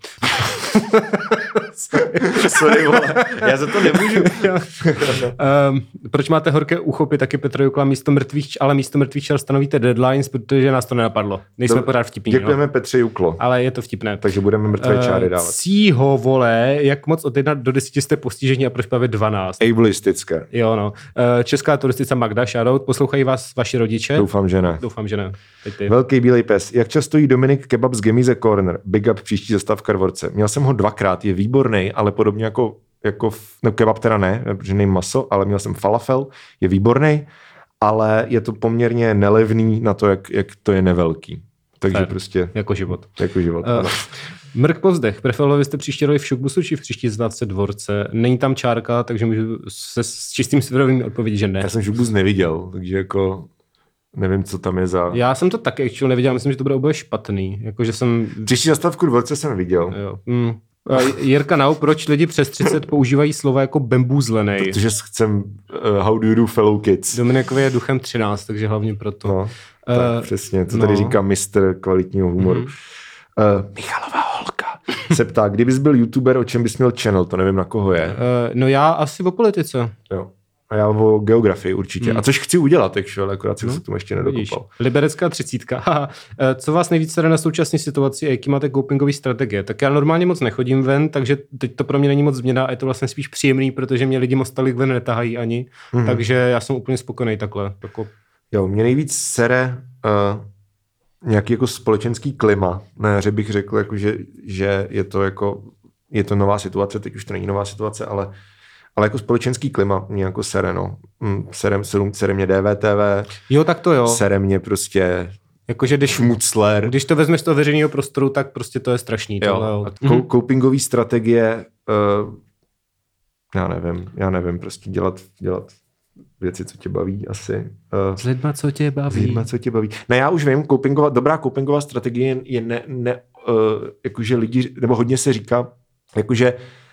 A: Sorry, vole. Já za to nemůžu.
B: um, proč máte horké uchopy, taky Petr Jukla, místo mrtvých, ale místo mrtvých čel stanovíte deadlines, protože nás to nenapadlo. Nejsme pořád vtipní.
A: Děkujeme
B: no.
A: Petře Juklo.
B: Ale je to vtipné.
A: Takže budeme mrtvé čáry dávat. Uh,
B: Cího, vole, jak moc od jedna do deseti jste postižení a proč právě dvanáct?
A: Ableistické.
B: Jo, no. Uh, česká turistica Magda, shoutout, poslouchají vás vaši rodiče?
A: Doufám, že ne.
B: Doufám, že ne.
A: Velký bílej pes. Jak často jí Dominik kebab z Gemize Corner? Big up příští zastávka Dvorce. Měl jsem ho dvakrát, je výborný, ale podobně jako, jako no kebab teda ne, protože nejím maso, ale měl jsem falafel, je výborný, ale je to poměrně nelevný na to, jak, jak to je nevelký. Takže Fair. prostě...
B: Jako život.
A: Jako život, uh, ano.
B: Mrk povzdech. Preferovali byste příští roli v Šukbusu či v příští zastávce Dvorce? Není tam čárka, takže můžu se s čistým svědomím odpovědět, že ne.
A: Já jsem Šukbus neviděl, takže jako... Nevím, co tam je za...
B: Já jsem to taky actually neviděl, myslím, že to bude oboje špatný. Jakože jsem...
A: Příští zastávku Dvorce jsem viděl.
B: Jo. Mm. Jirka Nau, proč lidi přes třicet používají slova jako bembůzlenej?
A: Protože chcem uh, how do you do fellow kids.
B: Dominikovi je duchem třináct, takže hlavně proto.
A: No, tak uh, přesně, co tady no. říká mistr kvalitního humoru. Mm-hmm. Uh, Michalová holka se ptá, kdybys byl youtuber, o čem bys měl channel, to nevím, na koho je. Uh,
B: no já asi o politice.
A: Jo. A já o geografii určitě. Hmm. A což chci udělat, actually, akorát jsem no, se tomu ještě nedokopal.
B: Liberecká třicítka. Co vás nejvíc sere na současné situaci a jaký máte copingové strategie? Tak já normálně moc nechodím ven, takže teď to pro mě není moc změna a je to vlastně spíš příjemný, protože mě lidi moc tolik ven netahají ani. Hmm. Takže já jsem úplně spokojený takhle. Tako...
A: Jo, mě nejvíc sere uh, nějaký jako společenský klima. Ne, že bych řekl, jako, že, že je to jako je to nová situace, teď už to není nová situace, ale Ale jako společenský klima mě jako sere, no. Sere, sere mě D V T V.
B: Jo, tak to jo.
A: Sere mě prostě
B: jakože když,
A: šmucler.
B: Když to vezmeš z toho veřejného prostoru, tak prostě to je strašný.
A: Jo.
B: Tohle, jo.
A: A copingový strategie, uh, já nevím, já nevím, prostě dělat, dělat věci, co tě baví asi. Uh,
B: s lidma, co tě baví.
A: S lidma, co tě baví. Ne, já už vím, copingová, dobrá copingová strategie je ne, ne uh, jakože lidi, nebo hodně se říká, jakože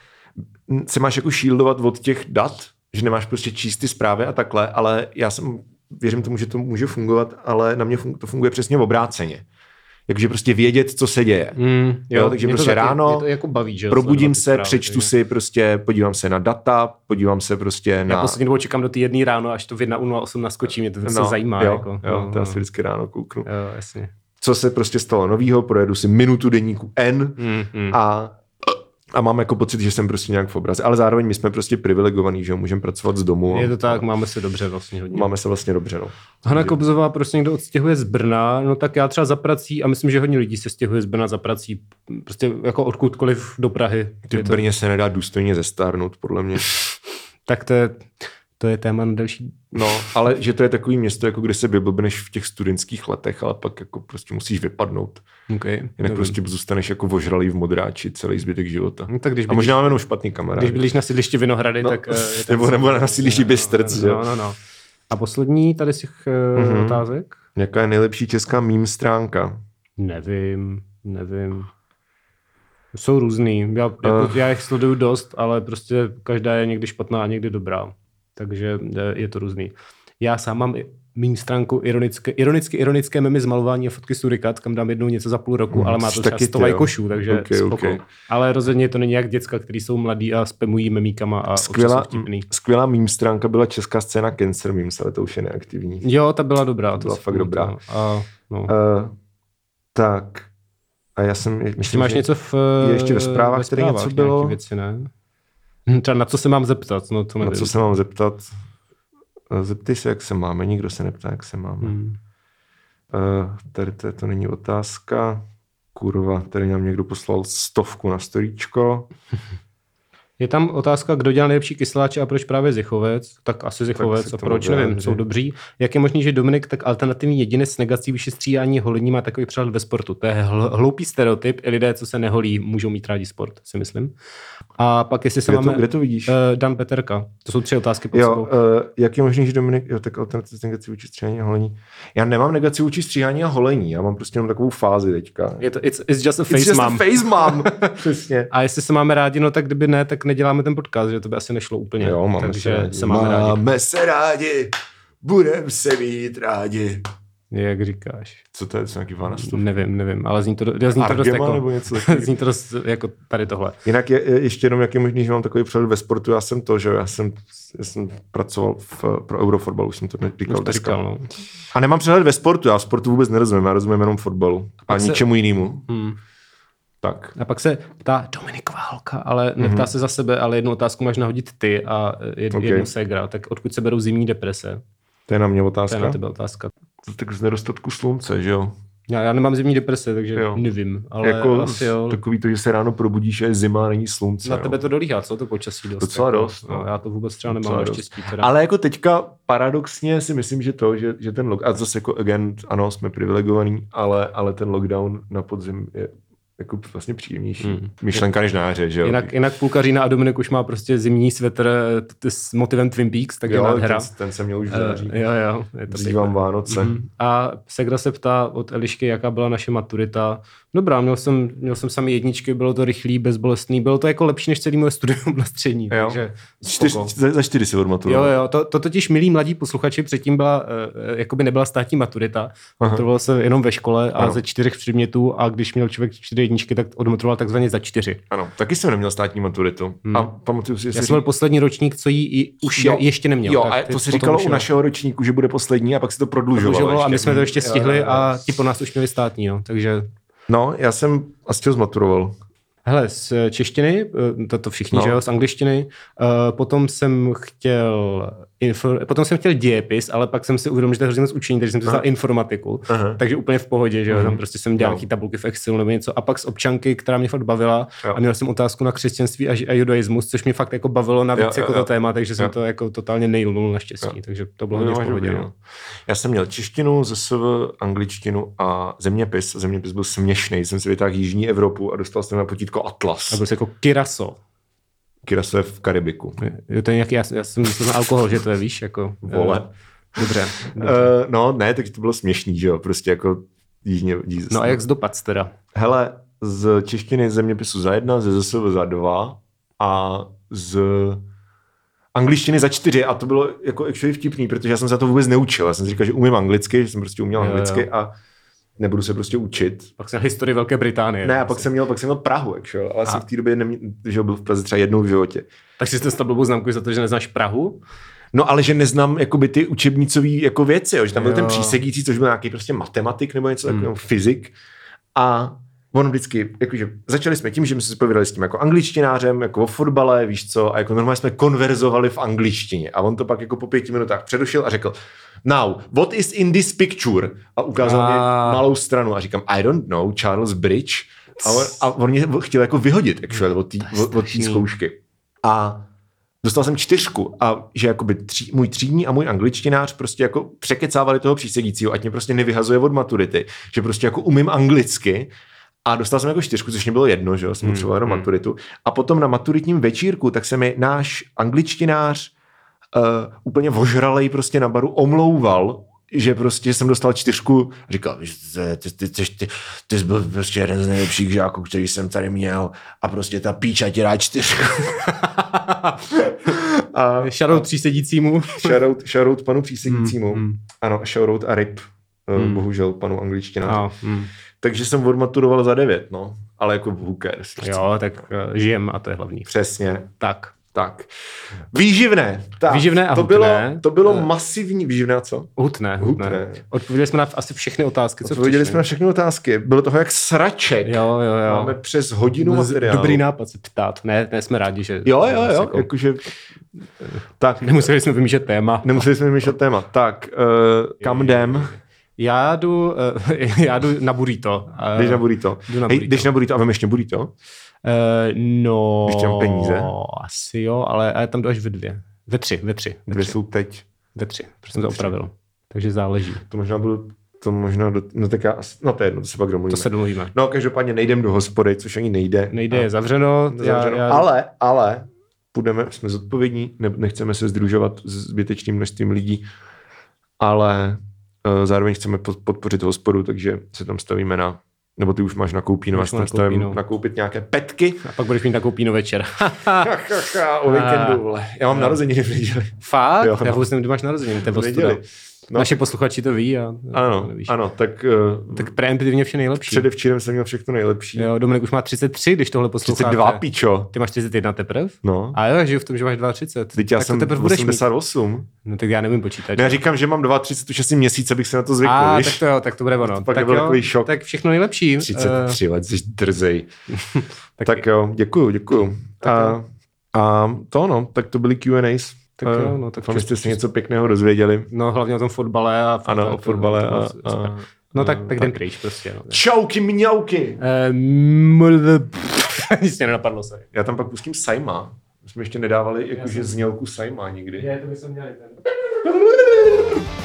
A: se máš jako shieldovat od těch dat, že nemáš prostě číst ty zprávy a takhle, ale já jsem, věřím tomu, že to může fungovat, ale na mě fun- to funguje přesně obráceně. Jakože prostě vědět, co se děje. Mm, jo, jo, takže prostě taky, ráno
B: jako baví, že
A: probudím se, zprávy, přečtu takže. si prostě, podívám se na data, podívám se prostě na...
B: Já poslední dobou čekám do té jedné ráno, až to v jedna nula osm naskočí, mě to prostě no, zajímá.
A: Jo,
B: jako.
A: jo,
B: no,
A: to já si vždycky ráno kouknu.
B: Jo, jasně.
A: Co se prostě stalo novýho, projedu si minutu deníku N mm, mm. a A mám jako pocit, že jsem prostě nějak v obraze. Ale zároveň my jsme prostě privilegovaní, že můžeme pracovat z domu.
B: Je to tak, máme se dobře vlastně hodně.
A: Máme se vlastně dobře, no.
B: Hanna Kobzová, prostě někdo odstěhuje z Brna, no tak já třeba za prací, a myslím, že hodně lidí se stěhuje z Brna za prací, prostě jako odkudkoliv do Prahy.
A: Ty v Brně to... se nedá důstojně zestárnout, podle mě.
B: Tak to je, to je téma na další...
A: No, ale že to je takový město, jako kde se vyblbneš v těch studentských letech, ale pak jako prostě musíš vypadnout.
B: Okay,
A: Jinak
B: nevím.
A: prostě zůstaneš jako ožralý v modráči celý zbytek života.
B: No, tak když
A: a možná máme jenom špatný kamarád.
B: Když bydlíš na sídlišti Vinohrady,
A: no,
B: tak...
A: Nebo, nebo na sídlišti Bystrc,
B: no, no, no. A poslední tady z těch mm-hmm. otázek?
A: Jaká je nejlepší česká meme stránka?
B: Nevím, nevím. Jsou různý. Já, jako, uh. já jich sleduju dost, ale prostě každá je někdy špatná a někdy dobrá. Takže je to různý. Já sám mám mým stránku ironické, ironicky ironické memy z malování a fotky surikat, kam dám jednou něco za půl roku, hmm, ale má to třeba sto lajkošů, takže okay, spoko. Okay. Ale rozhodně to není jak děcka, kteří jsou mladí a spamují memíkama a
A: skvělá, vtipný. Skvělá meme stránka byla česká scéna Cancer Memes, ale to už je neaktivní.
B: Jo, ta byla dobrá.
A: To byla fakt dobrá.
B: A, no. uh,
A: tak. A já jsem...
B: Ještě myslím, máš něco v...
A: Je ještě ve zprávách, ve zprávách které něco bylo.
B: Věci, ne? Třeba na co se mám zeptat? No, to
A: na co se mám zeptat? Zeptej se, jak se máme. Nikdo se neptá, jak se máme. Hmm. Uh, tady to, to není otázka. Kurva, tady nám někdo poslal stovku na storíčko.
B: Je tam otázka, kdo dělá nejlepší kyseláče a proč právě Zichovec? Tak asi Zichovec a proč, nevím, nevím, jsou dobří. Jak je možný, že Dominik, tak alternativní jedinec s negací vyšší střídání holení má takový přehled ve sportu? To je hloupý stereotyp, i lidé, co se neholí, můžou mít rádi sport, si myslím. A pak jestli se
A: kde
B: máme...
A: To, kde to vidíš?
B: Uh, Dan Peterka. To jsou tři otázky pod
A: jo,
B: sebou.
A: Uh, jak je možný, že Dominik... Jo, tak alternativní negací vůči stříhání a holení. Já nemám negaci vůči stříhání a holení, já mám prostě jenom takovou fázi teďka.
B: Je to, it's, it's just a face
A: it's just
B: mom.
A: A face mom. Přesně.
B: A jestli se máme rádi, no tak kdyby ne, tak neděláme ten podcast, že to by asi nešlo úplně.
A: Jo, máme
B: takže
A: se rádi.
B: se máme rádi.
A: Máme se rádi, budeme se mít rádi.
B: Jak říkáš.
A: Co to je, co nějaký vanastov?
B: Nevím, nevím, ale zní to, zní to dost jako,
A: nebo něco
B: zní to dost jako tady tohle.
A: Jinak je, je, ještě jenom, jak je možný, že mám takový přehled ve sportu, já jsem to, že já jsem, já jsem pracoval v, pro Eurofotbal, už jsem to říkal dneska.
B: Říkal, no.
A: A nemám přehled ve sportu, já sportu vůbec nerozumím, já rozumím jenom fotbalu a, a ničemu se... jinému. Hmm. Tak.
B: A pak se ptá Dominiková holka, ale neptá mm-hmm. se za sebe, ale jednu otázku máš nahodit ty a jednu, okay. jednu ségra. Tak odkud se berou zimní deprese?
A: To je na mě otázka.
B: To je na tebe otázka.
A: Tak z nedostatku slunce, že jo?
B: Já, já nemám zimní deprese, takže jo. nevím. Ale
A: jako
B: asi jo.
A: Takový to, že se ráno probudíš a je zima a není slunce.
B: Na
A: jo.
B: tebe to dolíhá, co to počasí dost?
A: Docela
B: jako,
A: dost.
B: No, já to vůbec třeba nemám naštěstí.
A: Ale jako teďka paradoxně si myslím, že to, že, že ten lockdown, a zase jako again, ano, jsme privilegovaní, ale, ale ten lockdown na podzim je jako vlastně příjemnější hmm. myšlenka než na jaře, že jo?
B: Jinak, jinak půlka října a Dominik už má prostě zimní svetr t- s motivem Twin Peaks, tak je nádhera.
A: Ten, ten jsem měl už v září.
B: Uh, jo, jo. Je to
A: Vzývám Vánoce.
B: Mm. A Segra se ptá od Elišky, jaká byla naše maturita. Dobrá, měl jsem, měl jsem sami jedničky, bylo to rychlý, bezbolestný, bylo to jako lepší než celý moje studium na střední.
A: Jo.
B: Takže
A: Čtyř, za, za čtyři si odmaturoval.
B: Jo, jo, to, to totiž, milí mladí posluchači, předtím byla, uh, jakoby nebyla státní maturita, maturoval se jenom ve škole a ano. ze čtyřech předmětů a když měl člověk čtyři jedničky, tak odmaturoval takzvaně za čtyři.
A: Ano, taky jsem neměl státní maturitu. Hmm. A pamatuju si,
B: Já jsem byl poslední ročník, co ji už jo. ještě neměl.
A: Jo, a to si říkalo u našeho ročníku, že bude poslední a pak si to prodlužovalo.
B: A my jsme to ještě stihli a ti po nás už měli státní, no, takže...
A: No, já jsem asi to zmaturoval.
B: Hele, z češtiny, to, to všichni, no. že jo, z angličtiny, uh, potom jsem chtěl info, potom jsem chtěl dějepis, ale pak jsem si uvědomil, že to je hrozně moc učení, takže jsem si vzal informatiku, Aha. takže úplně v pohodě, že jo, tam prostě jsem dělal no. nějaký tabulky v Excelu nebo něco a pak z občanky, která mě fakt bavila jo. a měl jsem otázku na křesťanství a, a judaismus, což mě fakt jako bavilo navíc jo, jako jo, to jo. téma, takže jo. jsem to jako totálně nailnul naštěstí, jo. takže to bylo hodně v pohodě. No.
A: Já jsem měl češtinu, Z S V, angličtinu a zeměpis. Zeměpis byl směšný, jsem si vytáhl Jižní Evropu a dostal jsem na potítko Atlas.
B: A byl jsi jako Kiraso.
A: Kiraso je v Karibiku.
B: Je to nějaký, já, já jsem myslel na alkohol, že to je, víš, jako...
A: Vole.
B: Uh, dobře. dobře.
A: Uh, no, ne, takže to bylo směšný, že jo, prostě jako jižně... jižně
B: no a jak zdopad teda?
A: Hele, z češtiny zeměpisu za jedna, ze Z S V za dva a z angličtiny za čtyři a to bylo jako actually vtipný, protože já jsem se to vůbec neučil. Já jsem si říkal, že umím anglicky, že jsem prostě uměl jo, anglicky jo. a nebudu se prostě učit.
B: Pak jsem historii Velké Británie.
A: Ne, a pak jsem měl, pak jsem měl Prahu, actually, ale a. jsem v té době neměl, že byl v Praze třeba jednou v životě.
B: Tak si jsi dostal blbou známku za to, že neznáš Prahu?
A: No, ale že neznám jakoby ty učebnicové jako věci, jo, že tam byl jo. ten přísedící, což byl nějaký prostě matematik nebo něco hmm. takového, fyzik. A on vždycky, jakože začali jsme tím, že jsme se povídali s tím jako angličtinářem, jako o fotbale, víš co, a jako normálně jsme konverzovali v angličtině. A on to pak jako po pěti minutách přerušil a řekl, now, what is in this picture? A ukázal a... mě malou stranu a říkám, I don't know, Charles Bridge. A on, a on mě chtěl jako vyhodit, actually, od té zkoušky. A dostal jsem čtyřku a že jakoby tří, můj třídní a můj angličtinář prostě jako překecávali toho přísedícího, ať mě prostě nevyhazuje od maturity, že prostě jako umím anglicky. A dostal jsem jako čtyřku, což mě bylo jedno, že jo, jsem potřeboval hmm, do maturitu. A potom na maturitním večírku, tak se mi náš angličtinář uh, úplně vožralej prostě na baru omlouval, že prostě jsem dostal čtyřku. Říkal, že ty, ty, ty, ty, ty jsi byl prostě jeden z nejlepších žáků, který jsem tady měl a prostě ta píča ti dá čtyřku.
B: a shoutout přísedícímu.
A: shoutout, shoutout panu přísedícímu.
B: Hmm, hmm.
A: Ano, shoutout a rip. Hmm. Bohužel panu angličtináři.
B: Oh, hmm.
A: Takže jsem odmaturoval za devět, no. Ale jako who cares.
B: Jo, tak uh, žijem a to je hlavní.
A: Přesně.
B: Tak.
A: Tak. Výživné. Tak.
B: Výživné a
A: to
B: hutné.
A: Bylo, to bylo masivní výživné a co?
B: Hutné.
A: Hutné.
B: hutné. Odpověděli jsme na asi všechny otázky, co
A: Odpověděli
B: přišli.
A: jsme na všechny otázky. Bylo toho jak sraček.
B: Jo, jo, jo.
A: Máme přes hodinu materiálu.
B: Dobrý nápad se ptát. Ne, ne jsme rádi, že...
A: Jo, jo, jo. Jakože... Tak.
B: Nemuseli jsme vymýšlet téma.
A: Nemuseli jsme vymýšlet téma. Tak, uh, kam jdem?
B: Já jdu, uh, já jdu na burrito. Uh,
A: jdeš na burrito.
B: Jdu na
A: Hej,
B: burrito.
A: jdeš na burrito a vem ještě burrito?
B: Uh, no...
A: Když těm peníze?
B: asi jo, ale, ale tam jdu až ve dvě. Ve tři, ve tři. Ve
A: Dvě
B: tři.
A: jsou teď.
B: Ve tři, protože jsem to opravil. Takže záleží.
A: To možná budu, to možná, do, no tak já, no to je jedno, to se pak domluvíme.
B: To se domluvíme.
A: No každopádně nejdem do hospody, což ani nejde.
B: Nejde, je zavřeno.
A: zavřeno.
B: Já, já...
A: Ale, ale, půjdeme, jsme zodpovědní, ne, nechceme se združovat s zbytečným množstvím lidí, ale uh, zároveň chceme podpořit hospodu, takže se tam stavíme na, nebo ty už máš na Koupínu, a tam stavím nakoupit nějaké petky.
B: A pak budeš mít na Koupínu večer.
A: O víkendu, vole. Já mám narozeniny v neděli.
B: Fakt?
A: Jo,
B: já
A: no.
B: vůbec nevím, kdy máš narozeniny, to je ostuda. No. Naše posluchači to ví a
A: ano,
B: nevíš.
A: Ano, tak... Uh,
B: tak preemptivně vše nejlepší.
A: Předevčírem jsem měl všechno nejlepší.
B: Jo, Dominik už má třicet tři, když tohle posloucháte.
A: třicet dva, pičo.
B: Ty máš třicet jedna teprve?
A: No.
B: A jo, žiju v tom, že máš třicet dva.
A: Teď já tak jsem osmdesát osm.
B: No tak já nevím počítat.
A: No, já říkám, že mám třicet dva, už asi měsíc, abych se na to zvykl,
B: A,
A: víš?
B: tak to jo, tak to bude ono.
A: To pak
B: tak
A: byl
B: jo,
A: takový šok.
B: Tak všechno nejlepší.
A: třicet tři uh... let, jsi drzej.
B: tak,
A: tak jo, děkuju, děkuju. Tak a, jo. a to no, tak to byly Q and A's.
B: Tak jo, no, tak
A: Doufám, že jste si něco pěkného dozvěděli.
B: No, hlavně o tom fotbale. A
A: ano, o fotbale. A, a,
B: a, no tak, tak jdem pryč prostě. No.
A: Čauky, mňauky.
B: Uh, Nic mě nenapadlo se.
A: Já tam pak pustím Saima. My jsme ještě nedávali jakože znělku Saima nikdy.
B: Je, to by jsem měli ten.